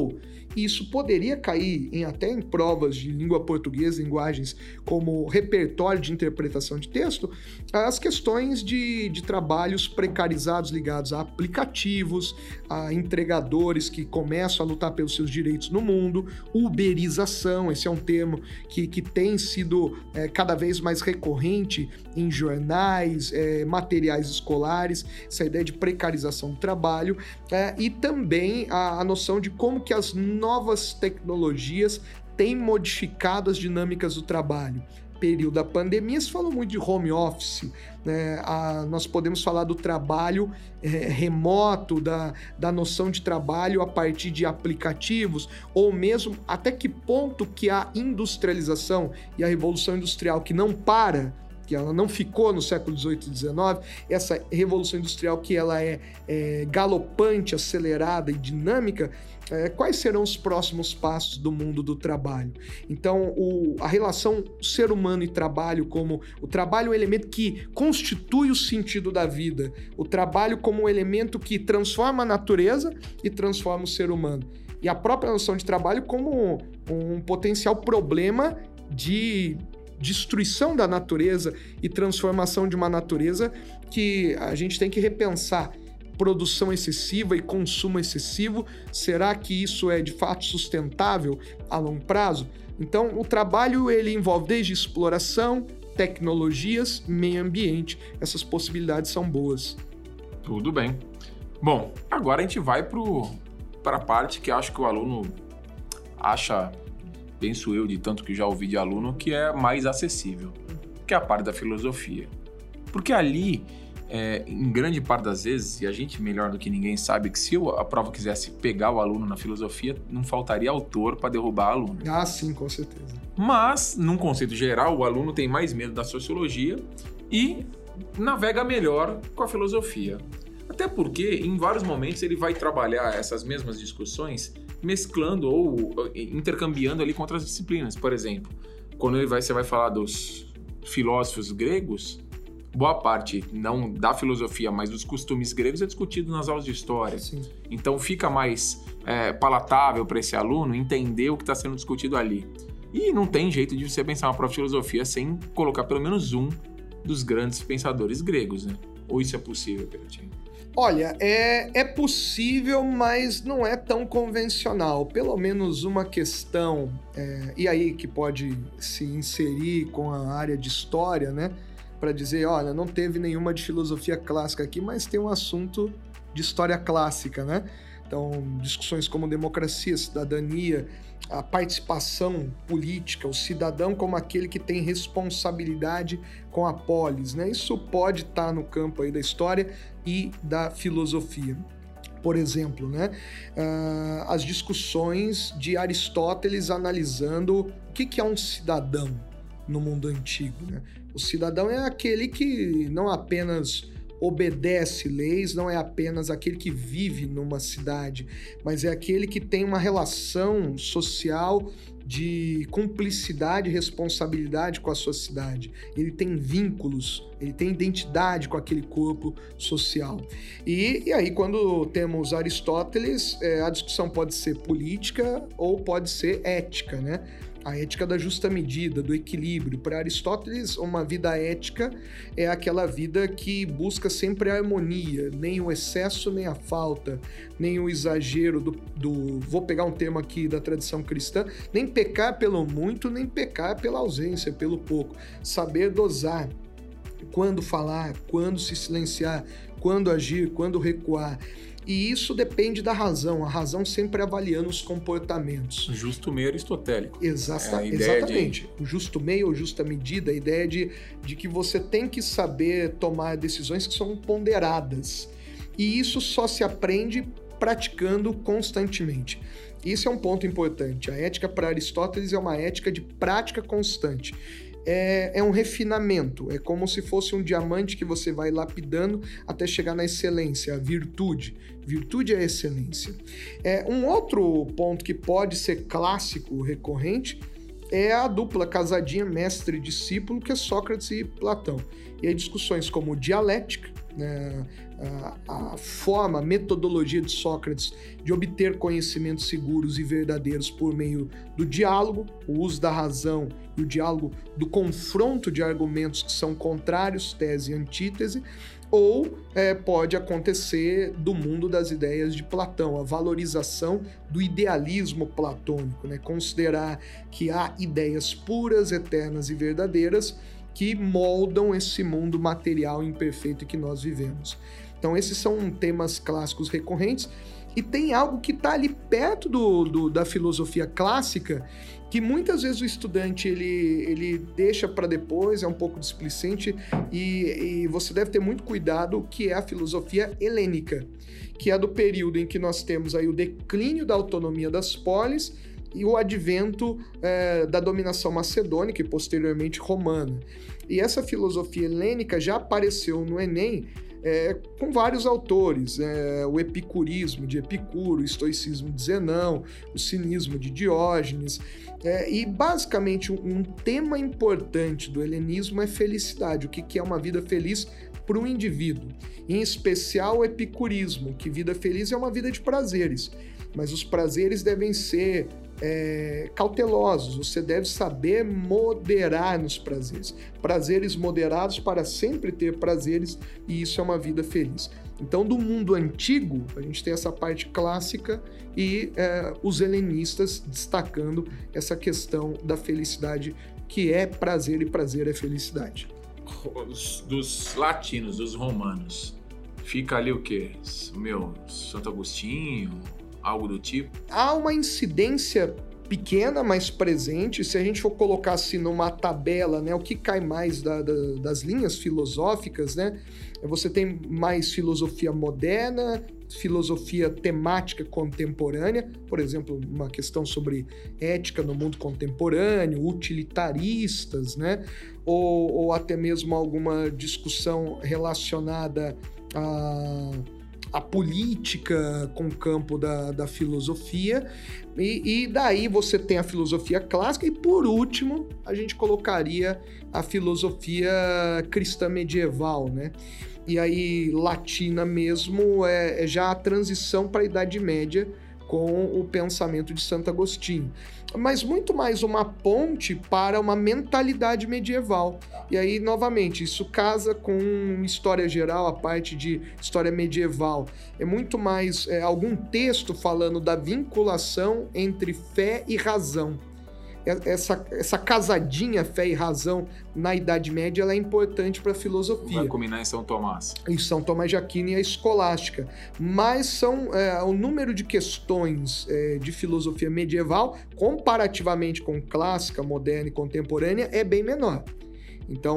e isso poderia cair em, até em provas de língua portuguesa, linguagens como repertório de interpretação de texto, as questões de, de trabalhos precarizados ligados a aplicativos, a entregadores que começam a lutar pelos seus direitos no mundo, uberização, esse é um termo que, que tem sido é, cada vez mais recorrente em jornais, é, materiais escolares, essa ideia de precarização do trabalho, é, e também a, a noção de como que as novas tecnologias têm modificado as dinâmicas do trabalho. Período da pandemia, se falou muito de home office, né? a, nós podemos falar do trabalho é, remoto, da, da noção de trabalho a partir de aplicativos, ou mesmo até que ponto que a industrialização e a revolução industrial que não para, que ela não ficou no século dezoito e dezenove, essa revolução industrial que ela é, é galopante, acelerada e dinâmica, é, quais serão os próximos passos do mundo do trabalho? Então, o, a relação ser humano e trabalho, como o trabalho é um elemento que constitui o sentido da vida, o trabalho como um elemento que transforma a natureza e transforma o ser humano, e a própria noção de trabalho como um, um potencial problema de destruição da natureza e transformação de uma natureza que a gente tem que repensar. Produção excessiva e consumo excessivo, será que isso é de fato sustentável a longo prazo? Então, o trabalho ele envolve desde exploração, tecnologias, meio ambiente. Essas possibilidades são boas. Tudo bem. Bom, agora a gente vai para a parte que acho que o aluno acha, penso eu, de tanto que já ouvi de aluno, que é mais acessível, que é a parte da filosofia. Porque ali, é, em grande parte das vezes, e a gente melhor do que ninguém sabe que se a prova quisesse pegar o aluno na filosofia, não faltaria autor para derrubar o aluno. Ah, sim, com certeza. Mas, num conceito geral, o aluno tem mais medo da sociologia e navega melhor com a filosofia. Até porque, em vários momentos, ele vai trabalhar essas mesmas discussões mesclando ou intercambiando ali com outras disciplinas. Por exemplo, quando ele vai, você vai falar dos filósofos gregos, boa parte, não da filosofia, mas dos costumes gregos é discutido nas aulas de história. Sim. Então fica mais é, palatável para esse aluno entender o que está sendo discutido ali. E não tem jeito de você pensar uma prova de filosofia sem colocar pelo menos um dos grandes pensadores gregos, né? Ou isso é possível, Piratinho? Olha, é, é possível, mas não é tão convencional. Pelo menos uma questão, é, e aí que pode se inserir com a área de história, né? Para dizer, olha, não teve nenhuma de filosofia clássica aqui, mas tem um assunto de história clássica, né? Então, discussões como democracia, cidadania, a participação política, o cidadão como aquele que tem responsabilidade com a polis, né? Isso pode estar no campo aí da história e da filosofia. Por exemplo, né? Uh, as discussões de Aristóteles analisando o que, que é um cidadão no mundo antigo, né? O cidadão é aquele que não apenas obedece leis, não é apenas aquele que vive numa cidade, mas é aquele que tem uma relação social de cumplicidade e responsabilidade com a sua cidade. Ele tem vínculos, ele tem identidade com aquele corpo social. E, e aí, quando temos Aristóteles, é, a discussão pode ser política ou pode ser ética, né? A ética da justa medida, do equilíbrio. Para Aristóteles, uma vida ética é aquela vida que busca sempre a harmonia, nem o excesso, nem a falta, nem o exagero do, do... Vou pegar um termo aqui da tradição cristã, nem pecar pelo muito, nem pecar pela ausência, pelo pouco. Saber dosar, quando falar, quando se silenciar, quando agir, quando recuar. E isso depende da razão, a razão sempre avaliando os comportamentos. Justo meio aristotélico. Exata, é exatamente. De... O justo meio ou justa medida, a ideia de, de que você tem que saber tomar decisões que são ponderadas. E isso só se aprende praticando constantemente. Isso é um ponto importante. A ética para Aristóteles é uma ética de prática constante. É, é um refinamento, é como se fosse um diamante que você vai lapidando até chegar na excelência, a virtude. Virtude é a excelência. É, um outro ponto que pode ser clássico, recorrente, é a dupla casadinha mestre e discípulo, que é Sócrates e Platão. E aí discussões como dialética, né, a, a forma, a metodologia de Sócrates de obter conhecimentos seguros e verdadeiros por meio do diálogo, o uso da razão e o diálogo do confronto de argumentos que são contrários, tese e antítese, ou é, pode acontecer do mundo das ideias de Platão, a valorização do idealismo platônico, né? Considerar que há ideias puras, eternas e verdadeiras que moldam esse mundo material imperfeito que nós vivemos. Então esses são temas clássicos recorrentes, e tem algo que está ali perto do, do, da filosofia clássica, que muitas vezes o estudante ele, ele deixa para depois, é um pouco displicente, e, e você deve ter muito cuidado, que é a filosofia helênica, que é do período em que nós temos aí o declínio da autonomia das polis e o advento é, da dominação macedônica e posteriormente romana. E essa filosofia helênica já apareceu no Enem É, com vários autores, é, o epicurismo de Epicuro, o estoicismo de Zenão, o cinismo de Diógenes, é, e basicamente um, um tema importante do helenismo é felicidade, o que, que é uma vida feliz para o indivíduo, em especial o epicurismo, que vida feliz é uma vida de prazeres, mas os prazeres devem ser É, cautelosos, você deve saber moderar nos prazeres. Prazeres moderados para sempre ter prazeres, e isso é uma vida feliz. Então, do mundo antigo, a gente tem essa parte clássica e é, os helenistas destacando essa questão da felicidade, que é prazer e prazer é felicidade. Os, dos latinos, dos romanos, fica ali o quê? Meu, Santo Agostinho... algo do tipo? Há uma incidência pequena, mas presente. Se a gente for colocar assim numa tabela, né, o que cai mais da, da, das linhas filosóficas, né? Você tem mais filosofia moderna, filosofia temática contemporânea, por exemplo, uma questão sobre ética no mundo contemporâneo, utilitaristas, né? Ou, ou até mesmo alguma discussão relacionada a a política com o campo da, da filosofia, e, e daí você tem a filosofia clássica, e por último a gente colocaria a filosofia cristã medieval, né? E aí latina mesmo é, é já a transição para a Idade Média com o pensamento de Santo Agostinho, mas muito mais uma ponte para uma mentalidade medieval. E aí, novamente, isso casa com história geral, a parte de história medieval. É muito mais é, algum texto falando da vinculação entre fé e razão. Essa, essa casadinha fé e razão na Idade Média, ela é importante para a filosofia. Vai culminar em São Tomás. Em São Tomás de Aquino e a escolástica. Mas são é, o número de questões é, de filosofia medieval, comparativamente com clássica, moderna e contemporânea, é bem menor. Então,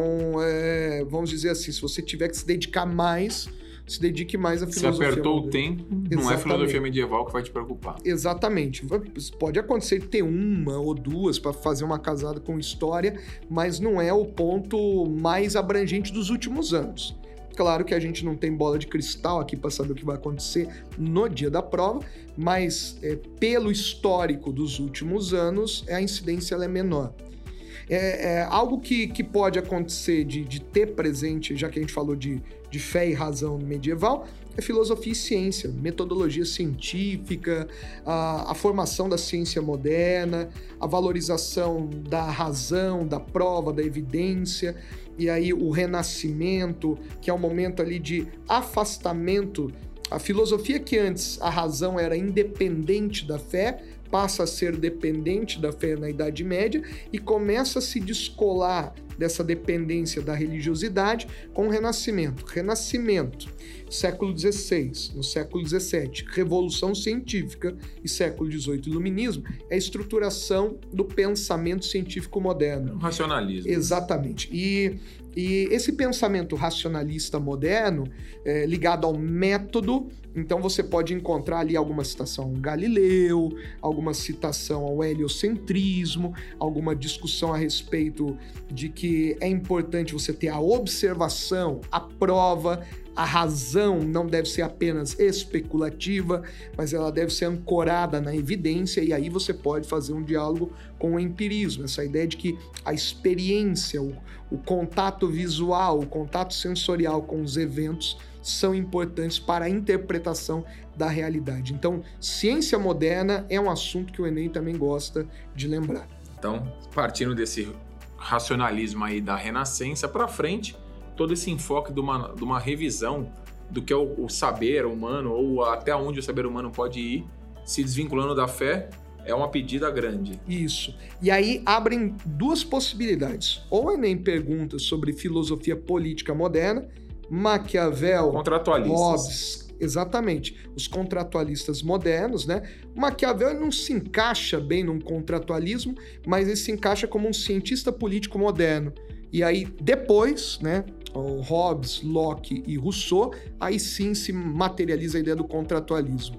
é, vamos dizer assim, se você tiver que se dedicar mais, se dedique mais à filosofia. Se apertou moderna. O tempo, não Exatamente. É filosofia medieval que vai te preocupar. Exatamente. Pode acontecer de ter uma ou duas para fazer uma casada com história, mas não é o ponto mais abrangente dos últimos anos. Claro que a gente não tem bola de cristal aqui para saber o que vai acontecer no dia da prova, mas é, pelo histórico dos últimos anos, a incidência ela é menor. É, é algo que, que pode acontecer de, de ter presente, já que a gente falou de, de fé e razão medieval, é filosofia e ciência, metodologia científica, a, a formação da ciência moderna, a valorização da razão, da prova, da evidência, e aí o renascimento, que é um momento ali de afastamento. A filosofia que antes a razão era independente da fé, passa a ser dependente da fé na Idade Média e começa a se descolar dessa dependência da religiosidade com o Renascimento. Renascimento, século dezesseis, no século dezessete, Revolução Científica e século dezoito, Iluminismo, é a estruturação do pensamento científico moderno. O racionalismo. Exatamente. E, e esse pensamento racionalista moderno, é, ligado ao método, então você pode encontrar ali alguma citação ao Galileu, alguma citação ao heliocentrismo, alguma discussão a respeito de que é importante você ter a observação, a prova, a razão não deve ser apenas especulativa, mas ela deve ser ancorada na evidência, e aí você pode fazer um diálogo com o empirismo, essa ideia de que a experiência, o, o contato visual, o contato sensorial com os eventos são importantes para a interpretação da realidade. Então, ciência moderna é um assunto que o Enem também gosta de lembrar. Então, partindo desse racionalismo aí da Renascença para frente, todo esse enfoque de uma, de uma revisão do que é o, o saber humano, ou até onde o saber humano pode ir, se desvinculando da fé, é uma pedida grande. Isso. E aí abrem duas possibilidades. Ou o Enem pergunta sobre filosofia política moderna, Maquiavel, contratualistas. Hobbes, exatamente, os contratualistas modernos, né? Maquiavel não se encaixa bem num contratualismo, mas ele se encaixa como um cientista político moderno. E aí depois, né, o Hobbes, Locke e Rousseau, aí sim se materializa a ideia do contratualismo.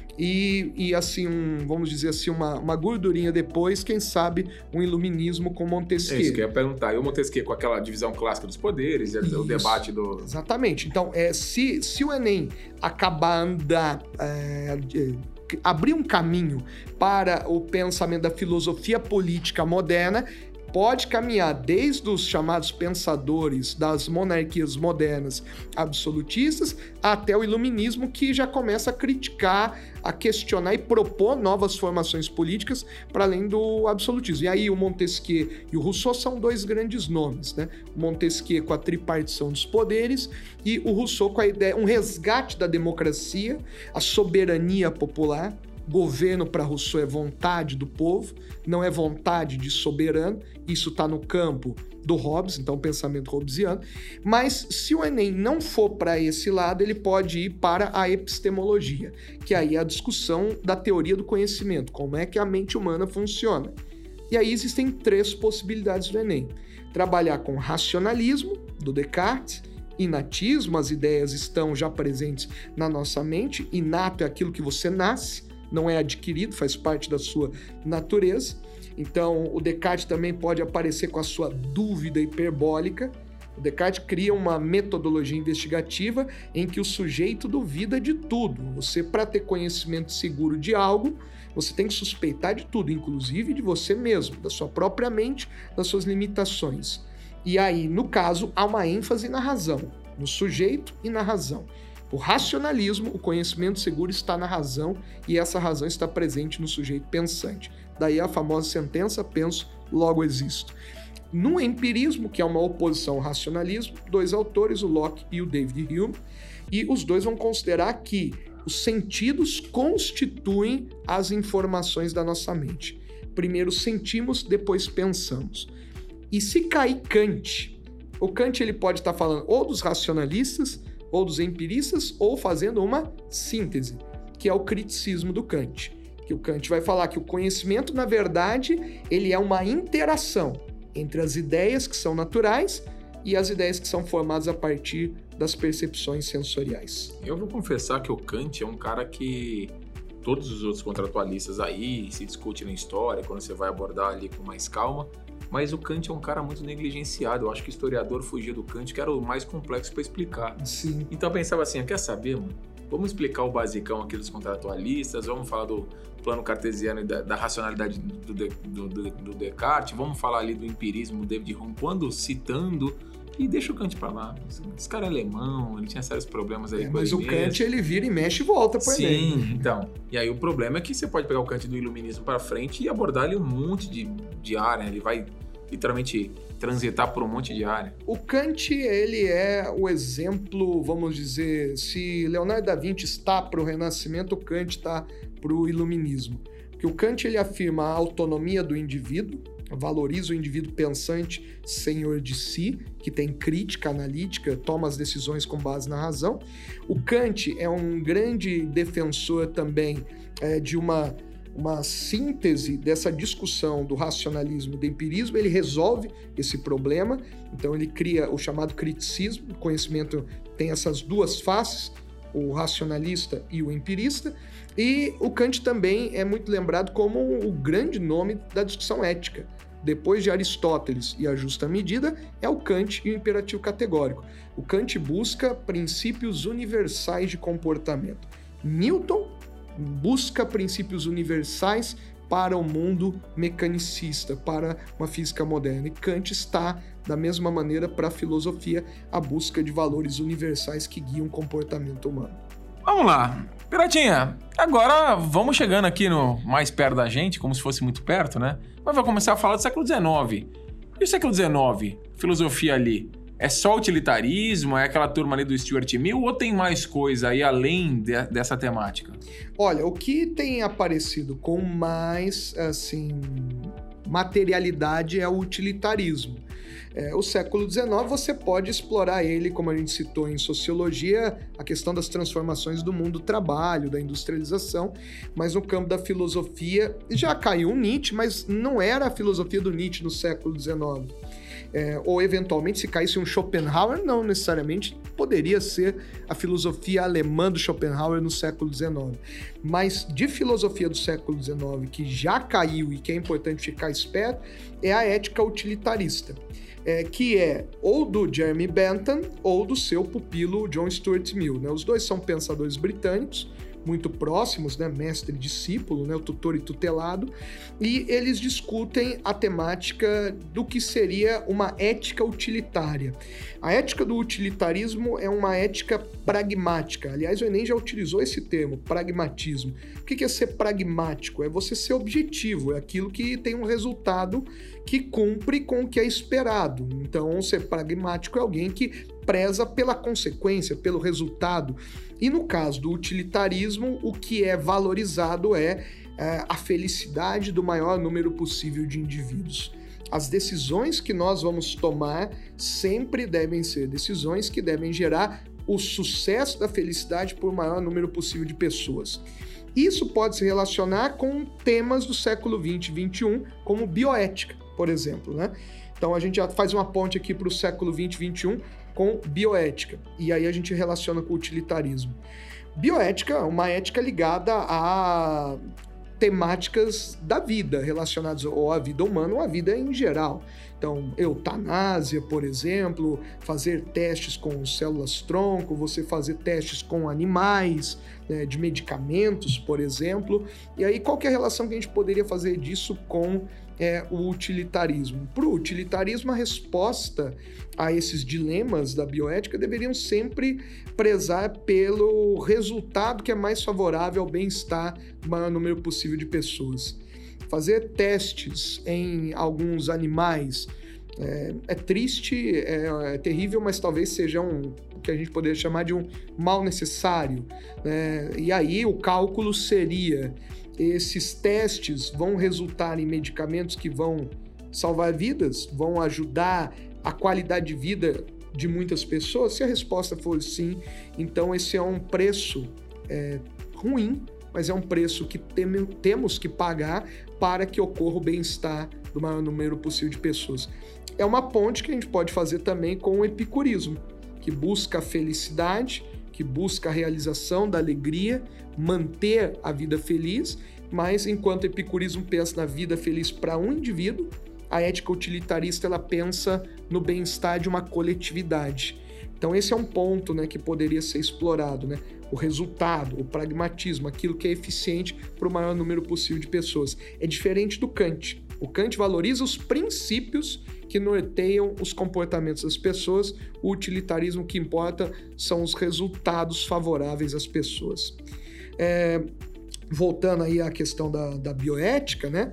E, e assim, um, vamos dizer assim, uma, uma gordurinha depois, quem sabe, um iluminismo com Montesquieu. É isso que eu ia perguntar. E o Montesquieu com aquela divisão clássica dos poderes, isso, o debate do... Exatamente. Então, é, se, se o Enem acabar andar... É, abrir um caminho para o pensamento da filosofia política moderna, pode caminhar desde os chamados pensadores das monarquias modernas absolutistas até o iluminismo, que já começa a criticar, a questionar e propor novas formações políticas para além do absolutismo. E aí o Montesquieu e o Rousseau são dois grandes nomes, né? O Montesquieu com a tripartição dos poderes e o Rousseau com a ideia, um resgate da democracia, a soberania popular. Governo para Rousseau é vontade do povo, não é vontade de soberano. Isso está no campo do Hobbes, então pensamento hobbesiano. Mas se o Enem não for para esse lado, ele pode ir para a epistemologia, que aí é a discussão da teoria do conhecimento, como é que a mente humana funciona. E aí existem três possibilidades do Enem. Trabalhar com racionalismo, do Descartes, inatismo, as ideias estão já presentes na nossa mente, inato é aquilo que você nasce, não é adquirido, faz parte da sua natureza. Então, o Descartes também pode aparecer com a sua dúvida hiperbólica. O Descartes cria uma metodologia investigativa em que o sujeito duvida de tudo. Você, para ter conhecimento seguro de algo, você tem que suspeitar de tudo, inclusive de você mesmo, da sua própria mente, das suas limitações. E aí, no caso, há uma ênfase na razão, no sujeito e na razão. O racionalismo, o conhecimento seguro está na razão, e essa razão está presente no sujeito pensante. Daí a famosa sentença, penso, logo existo. No empirismo, que é uma oposição ao racionalismo, dois autores, o Locke e o David Hume, e os dois vão considerar que os sentidos constituem as informações da nossa mente. Primeiro sentimos, depois pensamos. E se cair Kant, o Kant ele pode estar falando ou dos racionalistas, ou dos empiristas, ou fazendo uma síntese, que é o criticismo do Kant. Que o Kant vai falar que o conhecimento, na verdade, ele é uma interação entre as ideias que são naturais e as ideias que são formadas a partir das percepções sensoriais. Eu vou confessar que o Kant é um cara que todos os outros contratualistas aí se discute na história, quando você vai abordar ali com mais calma, mas o Kant é um cara muito negligenciado. Eu acho que o historiador fugia do Kant, que era o mais complexo para explicar. Sim. Então eu pensava assim, quer saber, mano? Vamos explicar o basicão aqui dos contratualistas, vamos falar do plano cartesiano e da, da racionalidade do, do, do, do Descartes, vamos falar ali do empirismo do David Hume, quando citando, e deixa o Kant pra lá. Esse cara é alemão, ele tinha sérios problemas aí é, com mas ele o mesmo. Kant, ele vira e mexe e volta pro Enem. Sim, então. E aí o problema é que você pode pegar o Kant do iluminismo pra frente e abordar ali um monte de, de área, ele vai literalmente transitar por um monte de área. O Kant, ele é o exemplo, vamos dizer, se Leonardo da Vinci está para o Renascimento, o Kant está para o Iluminismo. Porque o Kant, ele afirma a autonomia do indivíduo, valoriza o indivíduo pensante, senhor de si, que tem crítica analítica, toma as decisões com base na razão. O Kant é um grande defensor também é, de uma uma síntese dessa discussão do racionalismo e do empirismo. Ele resolve esse problema, então ele cria o chamado criticismo. O conhecimento tem essas duas faces, o racionalista e o empirista, e o Kant também é muito lembrado como o grande nome da discussão ética, depois de Aristóteles e a justa medida, é o Kant e o imperativo categórico. O Kant busca princípios universais de comportamento. Newton busca princípios universais para o mundo mecanicista, para uma física moderna. E Kant está, da mesma maneira, para a filosofia, a busca de valores universais que guiam o comportamento humano. Vamos lá. Piratinha, agora vamos chegando aqui no mais perto da gente, como se fosse muito perto, né? Mas vai começar a falar do século dezenove. E o século dezenove? Filosofia ali, é só utilitarismo? É aquela turma ali do Stuart Mill? Ou tem mais coisa aí além de, dessa temática? Olha, o que tem aparecido com mais, assim, materialidade é o utilitarismo. É, o século dezenove você pode explorar ele, como a gente citou em sociologia, a questão das transformações do mundo do trabalho, da industrialização, mas no campo da filosofia já caiu um Nietzsche, mas não era a filosofia do Nietzsche no século dezenove. É, ou eventualmente se caísse um Schopenhauer, não necessariamente poderia ser a filosofia alemã do Schopenhauer no século dezenove. Mas de filosofia do século dezenove que já caiu e que é importante ficar esperto é a ética utilitarista. É, que é ou do Jeremy Bentham ou do seu pupilo John Stuart Mill, né? Os dois são pensadores britânicos, muito próximos, né? Mestre e discípulo, né? O tutor e tutelado, e eles discutem a temática do que seria uma ética utilitária. A ética do utilitarismo é uma ética pragmática. Aliás, o Enem já utilizou esse termo, pragmatismo. O que é ser pragmático? É você ser objetivo, é aquilo que tem um resultado que cumpre com o que é esperado. Então, ser pragmático é alguém que preza pela consequência, pelo resultado. E no caso do utilitarismo, o que é valorizado é, é a felicidade do maior número possível de indivíduos. As decisões que nós vamos tomar sempre devem ser decisões que devem gerar o sucesso da felicidade por maior número possível de pessoas. Isso pode se relacionar com temas do século vinte e vinte e um, como bioética, por exemplo, né? Então a gente já faz uma ponte aqui para o século vinte e vinte e um com bioética, e aí a gente relaciona com o utilitarismo. Bioética é uma ética ligada a temáticas da vida, relacionadas ou à vida humana ou à vida em geral. Então, eutanásia, por exemplo, fazer testes com células-tronco, você fazer testes com animais, né, de medicamentos, por exemplo. E aí, qual que é a relação que a gente poderia fazer disso com é, o utilitarismo? Para o utilitarismo, a resposta a esses dilemas da bioética deveriam sempre prezar pelo resultado que é mais favorável ao bem-estar do maior número possível de pessoas. Fazer testes em alguns animais é, é triste, é, é terrível, mas talvez seja um, o que a gente poderia chamar de um mal necessário, né? E aí o cálculo seria: esses testes vão resultar em medicamentos que vão salvar vidas, vão ajudar a qualidade de vida de muitas pessoas? Se a resposta for sim, então esse é um preço é, ruim, mas é um preço que tem, temos que pagar para que ocorra o bem-estar do maior número possível de pessoas. É uma ponte que a gente pode fazer também com o epicurismo, que busca a felicidade, que busca a realização da alegria, manter a vida feliz, mas enquanto o epicurismo pensa na vida feliz para um indivíduo, a ética utilitarista ela pensa no bem-estar de uma coletividade. Então esse é um ponto, né, que poderia ser explorado, né? O resultado, o pragmatismo, aquilo que é eficiente para o maior número possível de pessoas. É diferente do Kant. O Kant valoriza os princípios que norteiam os comportamentos das pessoas. O utilitarismo que importa são os resultados favoráveis às pessoas. É... Voltando aí à questão da, da bioética, né?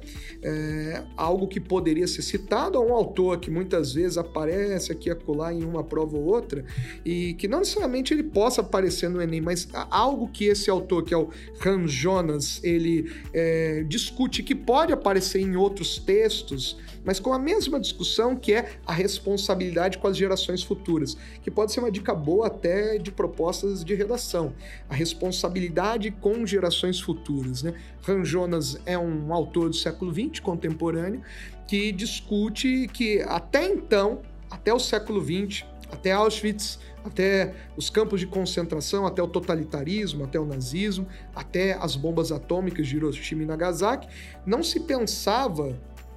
É, algo que poderia ser citado a um autor que muitas vezes aparece aqui e acolá em uma prova ou outra, e que não necessariamente ele possa aparecer no Enem, mas algo que esse autor, que é o Hans Jonas, ele é, discute, que pode aparecer em outros textos, mas com a mesma discussão, que é a responsabilidade com as gerações futuras, que pode ser uma dica boa até de propostas de redação. A responsabilidade com gerações futuras. Né? Hans Jonas é um autor do século vinte, contemporâneo, que discute que até então, até o século vinte, até Auschwitz, até os campos de concentração, até o totalitarismo, até o nazismo, até as bombas atômicas de Hiroshima e Nagasaki, não se pensava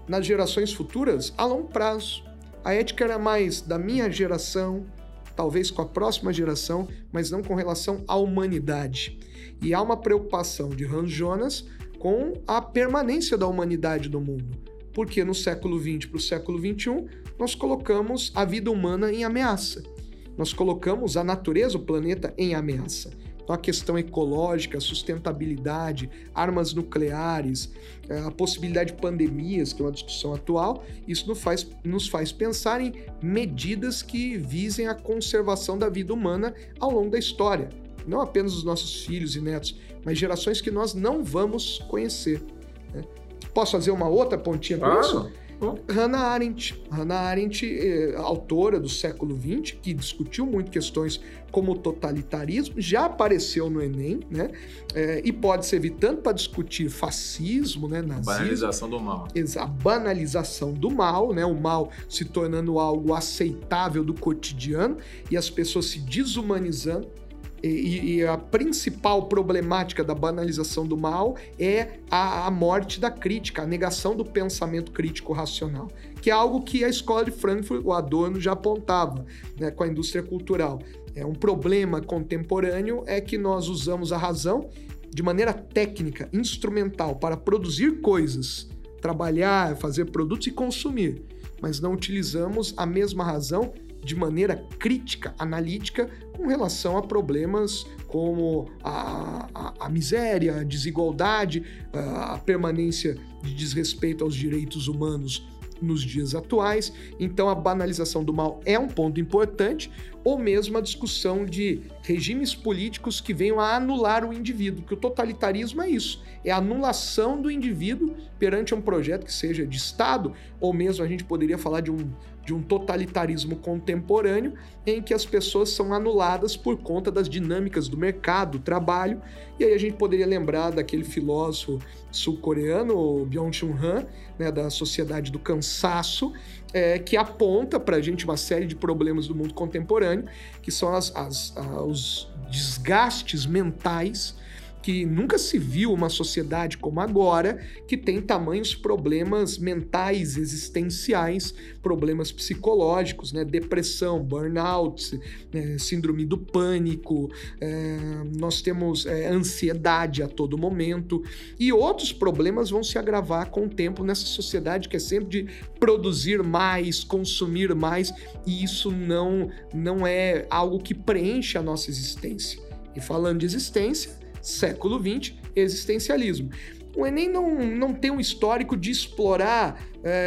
nas gerações futuras a longo prazo. A ética era mais da minha geração, talvez com a próxima geração, mas não com relação à humanidade. E há uma preocupação de Hans Jonas com a permanência da humanidade no mundo, porque no século vinte para o século vinte e um nós colocamos a vida humana em ameaça. Nós colocamos a natureza, o planeta, em ameaça. Então, a questão ecológica, a sustentabilidade, armas nucleares, a possibilidade de pandemias, que é uma discussão atual, isso nos faz, nos faz pensar em medidas que visem a conservação da vida humana ao longo da história. Não apenas os nossos filhos e netos, mas gerações que nós não vamos conhecer. Né? Posso fazer uma outra pontinha com isso? Hannah Arendt, Hannah Arendt, eh, autora do século vinte, que discutiu muito questões como o totalitarismo, já apareceu no Enem, né? Eh, e pode servir tanto para discutir fascismo, né, nazismo, banalização do mal. A banalização do mal, né? O mal se tornando algo aceitável do cotidiano e as pessoas se desumanizando. E, e a principal problemática da banalização do mal é a, a morte da crítica, a negação do pensamento crítico racional, que é algo que a escola de Frankfurt, o Adorno, já apontava, né, com a indústria cultural. É um problema contemporâneo é que nós usamos a razão de maneira técnica, instrumental, para produzir coisas, trabalhar, fazer produtos e consumir, mas não utilizamos a mesma razão de maneira crítica, analítica, com relação a problemas como a, a, a miséria, a desigualdade, a permanência de desrespeito aos direitos humanos nos dias atuais. Então, a banalização do mal é um ponto importante, ou mesmo a discussão de regimes políticos que venham a anular o indivíduo, porque o totalitarismo é isso, é a anulação do indivíduo perante um projeto que seja de Estado, ou mesmo a gente poderia falar de um, de um totalitarismo contemporâneo, em que as pessoas são anuladas por conta das dinâmicas do mercado, do trabalho. E aí a gente poderia lembrar daquele filósofo sul-coreano, Byung-Chul Han, né, da Sociedade do Cansaço, é, que aponta para a gente uma série de problemas do mundo contemporâneo, que são as, as, os desgastes mentais, que nunca se viu uma sociedade como agora, que tem tamanhos problemas mentais, existenciais, problemas psicológicos, né? Depressão, burnout, né? Síndrome do pânico, é, nós temos é, ansiedade a todo momento, e outros problemas vão se agravar com o tempo nessa sociedade que é sempre de produzir mais, consumir mais, e isso não, não é algo que preenche a nossa existência. E falando de existência, século vinte, existencialismo. O Enem não, não tem um histórico de explorar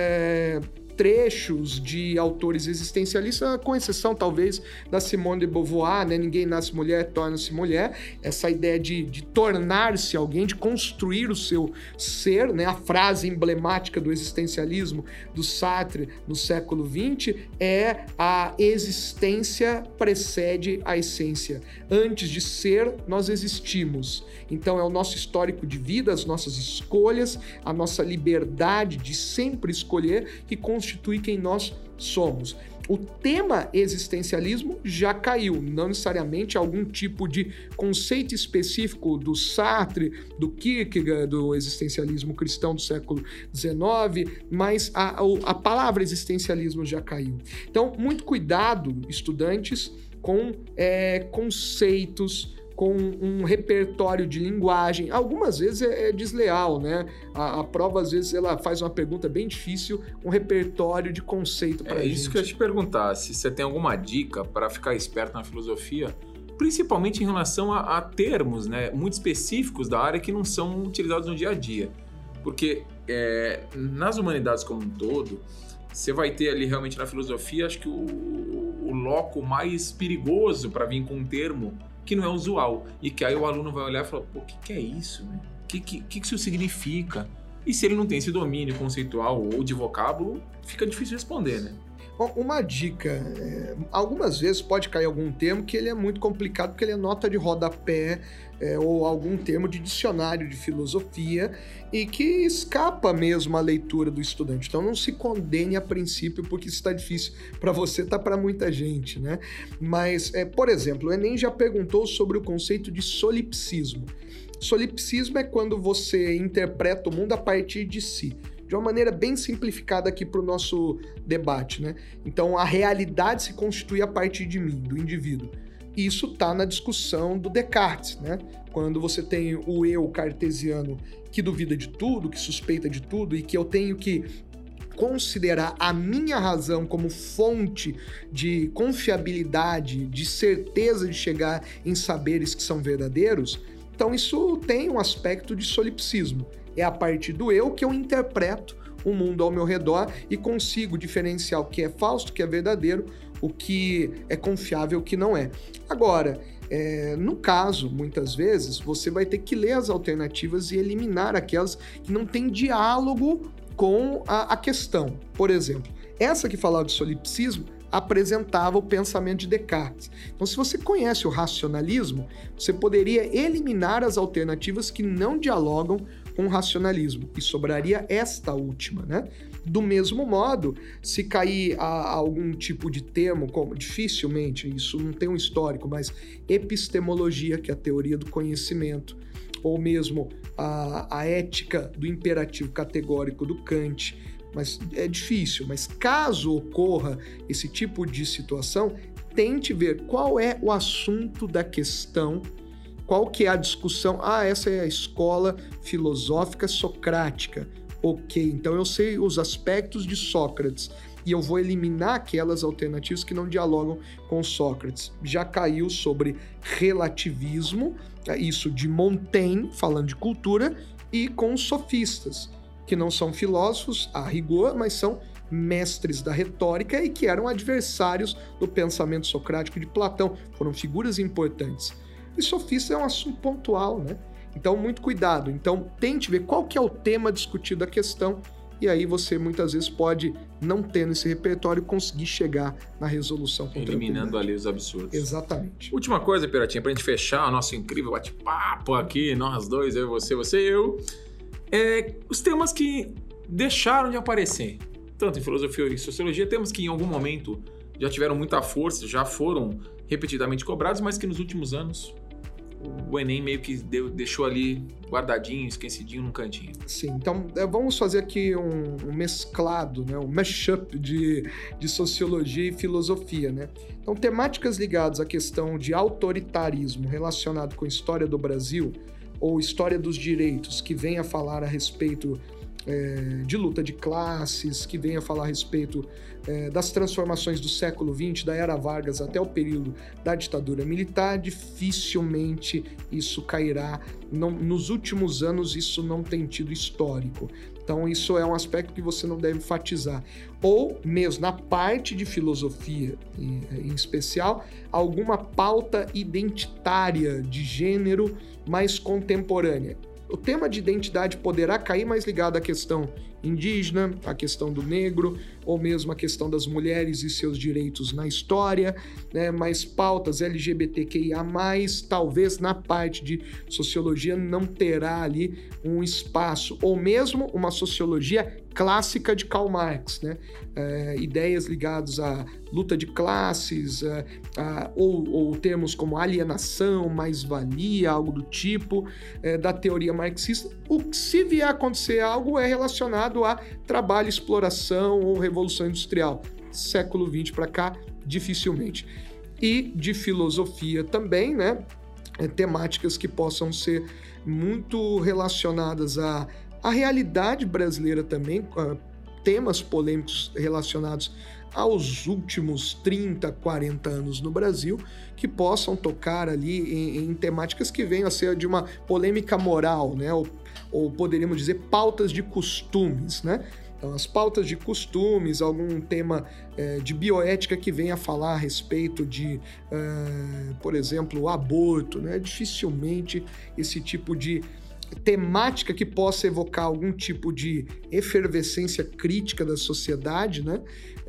é, trechos de autores existencialistas, com exceção, talvez, da Simone de Beauvoir, né? Ninguém nasce mulher, torna-se mulher. Essa ideia de, de tornar-se alguém, de construir o seu ser, né? A frase emblemática do existencialismo do Sartre no século vinte é: a existência precede a essência. Antes de ser, nós existimos. Então é o nosso histórico de vida, as nossas escolhas, a nossa liberdade de sempre escolher que constitui quem nós somos. O tema existencialismo já caiu, não necessariamente algum tipo de conceito específico do Sartre, do Kierkegaard, do existencialismo cristão do século dezenove, mas a, a palavra existencialismo já caiu. Então, muito cuidado, estudantes, com é, conceitos, com um repertório de linguagem. Algumas vezes é, é desleal, né? A, a prova, às vezes, ela faz uma pergunta bem difícil, um repertório de conceito para a gente. É isso que eu ia te perguntar, se você tem alguma dica para ficar esperto na filosofia, principalmente em relação a, a termos, né, muito específicos da área que não são utilizados no dia a dia. Porque é, nas humanidades como um todo, você vai ter ali realmente na filosofia, acho que o, o loco mais perigoso para vir com um termo que não é usual, e que aí o aluno vai olhar e falar, pô, o que, que é isso, né? O que, que, que isso significa? E se ele não tem esse domínio conceitual ou de vocábulo, fica difícil responder, né? Bom, uma dica, é, algumas vezes pode cair algum termo que ele é muito complicado, porque ele é nota de rodapé, é, ou algum termo de dicionário de filosofia, e que escapa mesmo à leitura do estudante. Então não se condene a princípio, porque isso está difícil para você, tá para muita gente, né? Mas, é, por exemplo, o Enem já perguntou sobre o conceito de solipsismo. Solipsismo é quando você interpreta o mundo a partir de si. de uma maneira bem simplificada aqui para o nosso debate, né? Então, a realidade se constitui a partir de mim, do indivíduo. Isso está na discussão do Descartes, né? Quando você tem o eu cartesiano que duvida de tudo, que suspeita de tudo e que eu tenho que considerar a minha razão como fonte de confiabilidade, de certeza de chegar em saberes que são verdadeiros, então isso tem um aspecto de solipsismo. É a partir do eu que eu interpreto o mundo ao meu redor e consigo diferenciar o que é falso, o que é verdadeiro, o que é confiável, o que não é. Agora, é, no caso, muitas vezes, você vai ter que ler as alternativas e eliminar aquelas que não têm diálogo com a, a questão. Por exemplo, essa que falava de solipsismo apresentava o pensamento de Descartes. Então, se você conhece o racionalismo, você poderia eliminar as alternativas que não dialogam com o racionalismo, e sobraria esta última, né? Do mesmo modo, se cair a, a algum tipo de termo, como dificilmente, isso não tem um histórico, mas epistemologia, que é a teoria do conhecimento, ou mesmo a, a ética do imperativo categórico do Kant, mas é difícil. Mas caso ocorra esse tipo de situação, tente ver qual é o assunto da questão, qual que é a discussão. Ah, essa é a escola filosófica socrática. Ok, então eu sei os aspectos de Sócrates e eu vou eliminar aquelas alternativas que não dialogam com Sócrates. Já caiu sobre relativismo, isso de Montaigne, falando de cultura, e com os sofistas, que não são filósofos a rigor, mas são mestres da retórica e que eram adversários do pensamento socrático de Platão, foram figuras importantes. E sofista é um assunto pontual, né? Então, muito cuidado. Então, tente ver qual que é o tema discutido da questão e aí você muitas vezes pode, não tendo esse repertório, conseguir chegar na resolução com eliminando ali os absurdos. Exatamente. Última coisa, Piratinha, pra gente fechar o nosso incrível bate-papo aqui, nós dois, eu e você, você e eu, é os temas que deixaram de aparecer, tanto em filosofia e sociologia, temas que em algum momento já tiveram muita força, já foram repetidamente cobrados, mas que nos últimos anos o Enem meio que deu, deixou ali guardadinho, esquecidinho num cantinho. Sim, então vamos fazer aqui um, um mesclado, né? um mashup de, de sociologia e filosofia. Né? Então, temáticas ligadas à questão de autoritarismo relacionado com a história do Brasil ou história dos direitos, que venha falar a respeito é, de luta de classes, que venha falar a respeito é, das transformações do século vinte, da era Vargas até o período da ditadura militar, dificilmente isso cairá. Não, nos últimos anos isso não tem tido histórico. Então isso é um aspecto que você não deve enfatizar. Ou mesmo na parte de filosofia, em, em especial, alguma pauta identitária de gênero mais contemporânea. O tema de identidade poderá cair mais ligado à questão indígena, à questão do negro, ou mesmo à questão das mulheres e seus direitos na história, né? Mas pautas L G B T Q I A mais, talvez na parte de sociologia não terá ali um espaço, ou mesmo uma sociologia clássica de Karl Marx, né? É, ideias ligadas à luta de classes, é, a, ou, ou termos como alienação, mais-valia, algo do tipo, é, da teoria marxista. O que se vier a acontecer algo é relacionado a trabalho, exploração ou revolução industrial. Século vinte para cá, dificilmente. E de filosofia também, né? É, temáticas que possam ser muito relacionadas a a realidade brasileira também, temas polêmicos relacionados aos últimos trinta, quarenta anos no Brasil, que possam tocar ali em, em temáticas que venham a ser de uma polêmica moral, né? ou, ou poderíamos dizer pautas de costumes, né? Então, as pautas de costumes, algum tema é, de bioética que venha a falar a respeito de, é, por exemplo, o aborto, né? Dificilmente esse tipo de temática que possa evocar algum tipo de efervescência crítica da sociedade, né?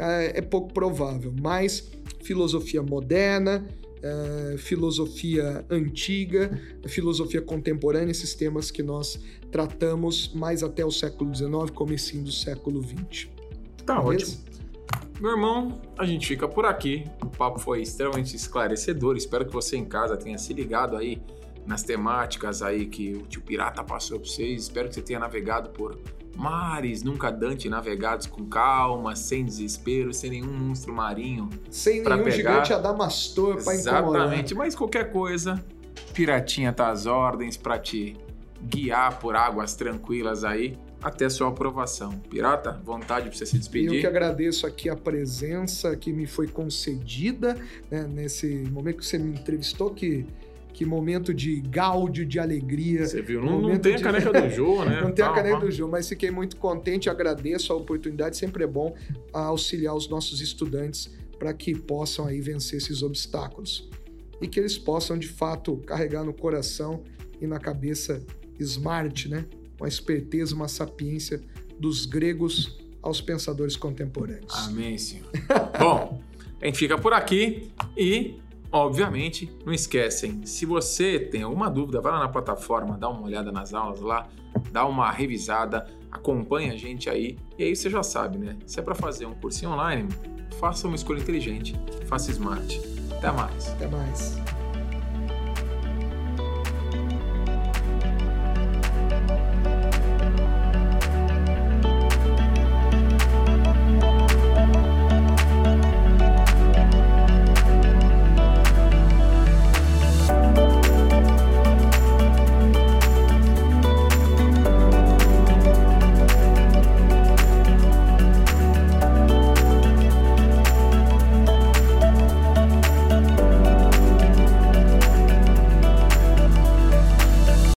É pouco provável, mas filosofia moderna, é, filosofia antiga, filosofia contemporânea, esses temas que nós tratamos mais até o século dezenove, comecinho do século vinte. Tá ótimo. Meu irmão, a gente fica por aqui. O papo foi extremamente esclarecedor. Espero que você em casa tenha se ligado aí nas temáticas aí que o tio Pirata passou para vocês. Espero que você tenha navegado por mares nunca dantes navegados com calma, sem desespero, sem nenhum monstro marinho. Sem pra nenhum pegar. gigante adamastor para incomodar. Exatamente, mas qualquer coisa, Piratinha tá às ordens para te guiar por águas tranquilas aí até sua aprovação. Pirata, vontade para você se despedir. Eu que agradeço aqui a presença que me foi concedida, né, nesse momento que você me entrevistou, que, que momento de gáudio, de alegria. Você viu, não, não tem de... a caneca do Jô, né? Não tem a caneca Calma. do Jô, mas fiquei muito contente, agradeço a oportunidade, sempre é bom auxiliar os nossos estudantes para que possam aí vencer esses obstáculos e que eles possam, de fato, carregar no coração e na cabeça smart, né? Uma esperteza, uma sapiência dos gregos aos pensadores contemporâneos. Amém, senhor. Bom, a gente fica por aqui e, obviamente, não esquecem, se você tem alguma dúvida, vai lá na plataforma, dá uma olhada nas aulas lá, dá uma revisada, acompanha a gente aí e aí você já sabe, né? Se é para fazer um cursinho online, faça uma escolha inteligente, faça smart. Até mais. Até mais.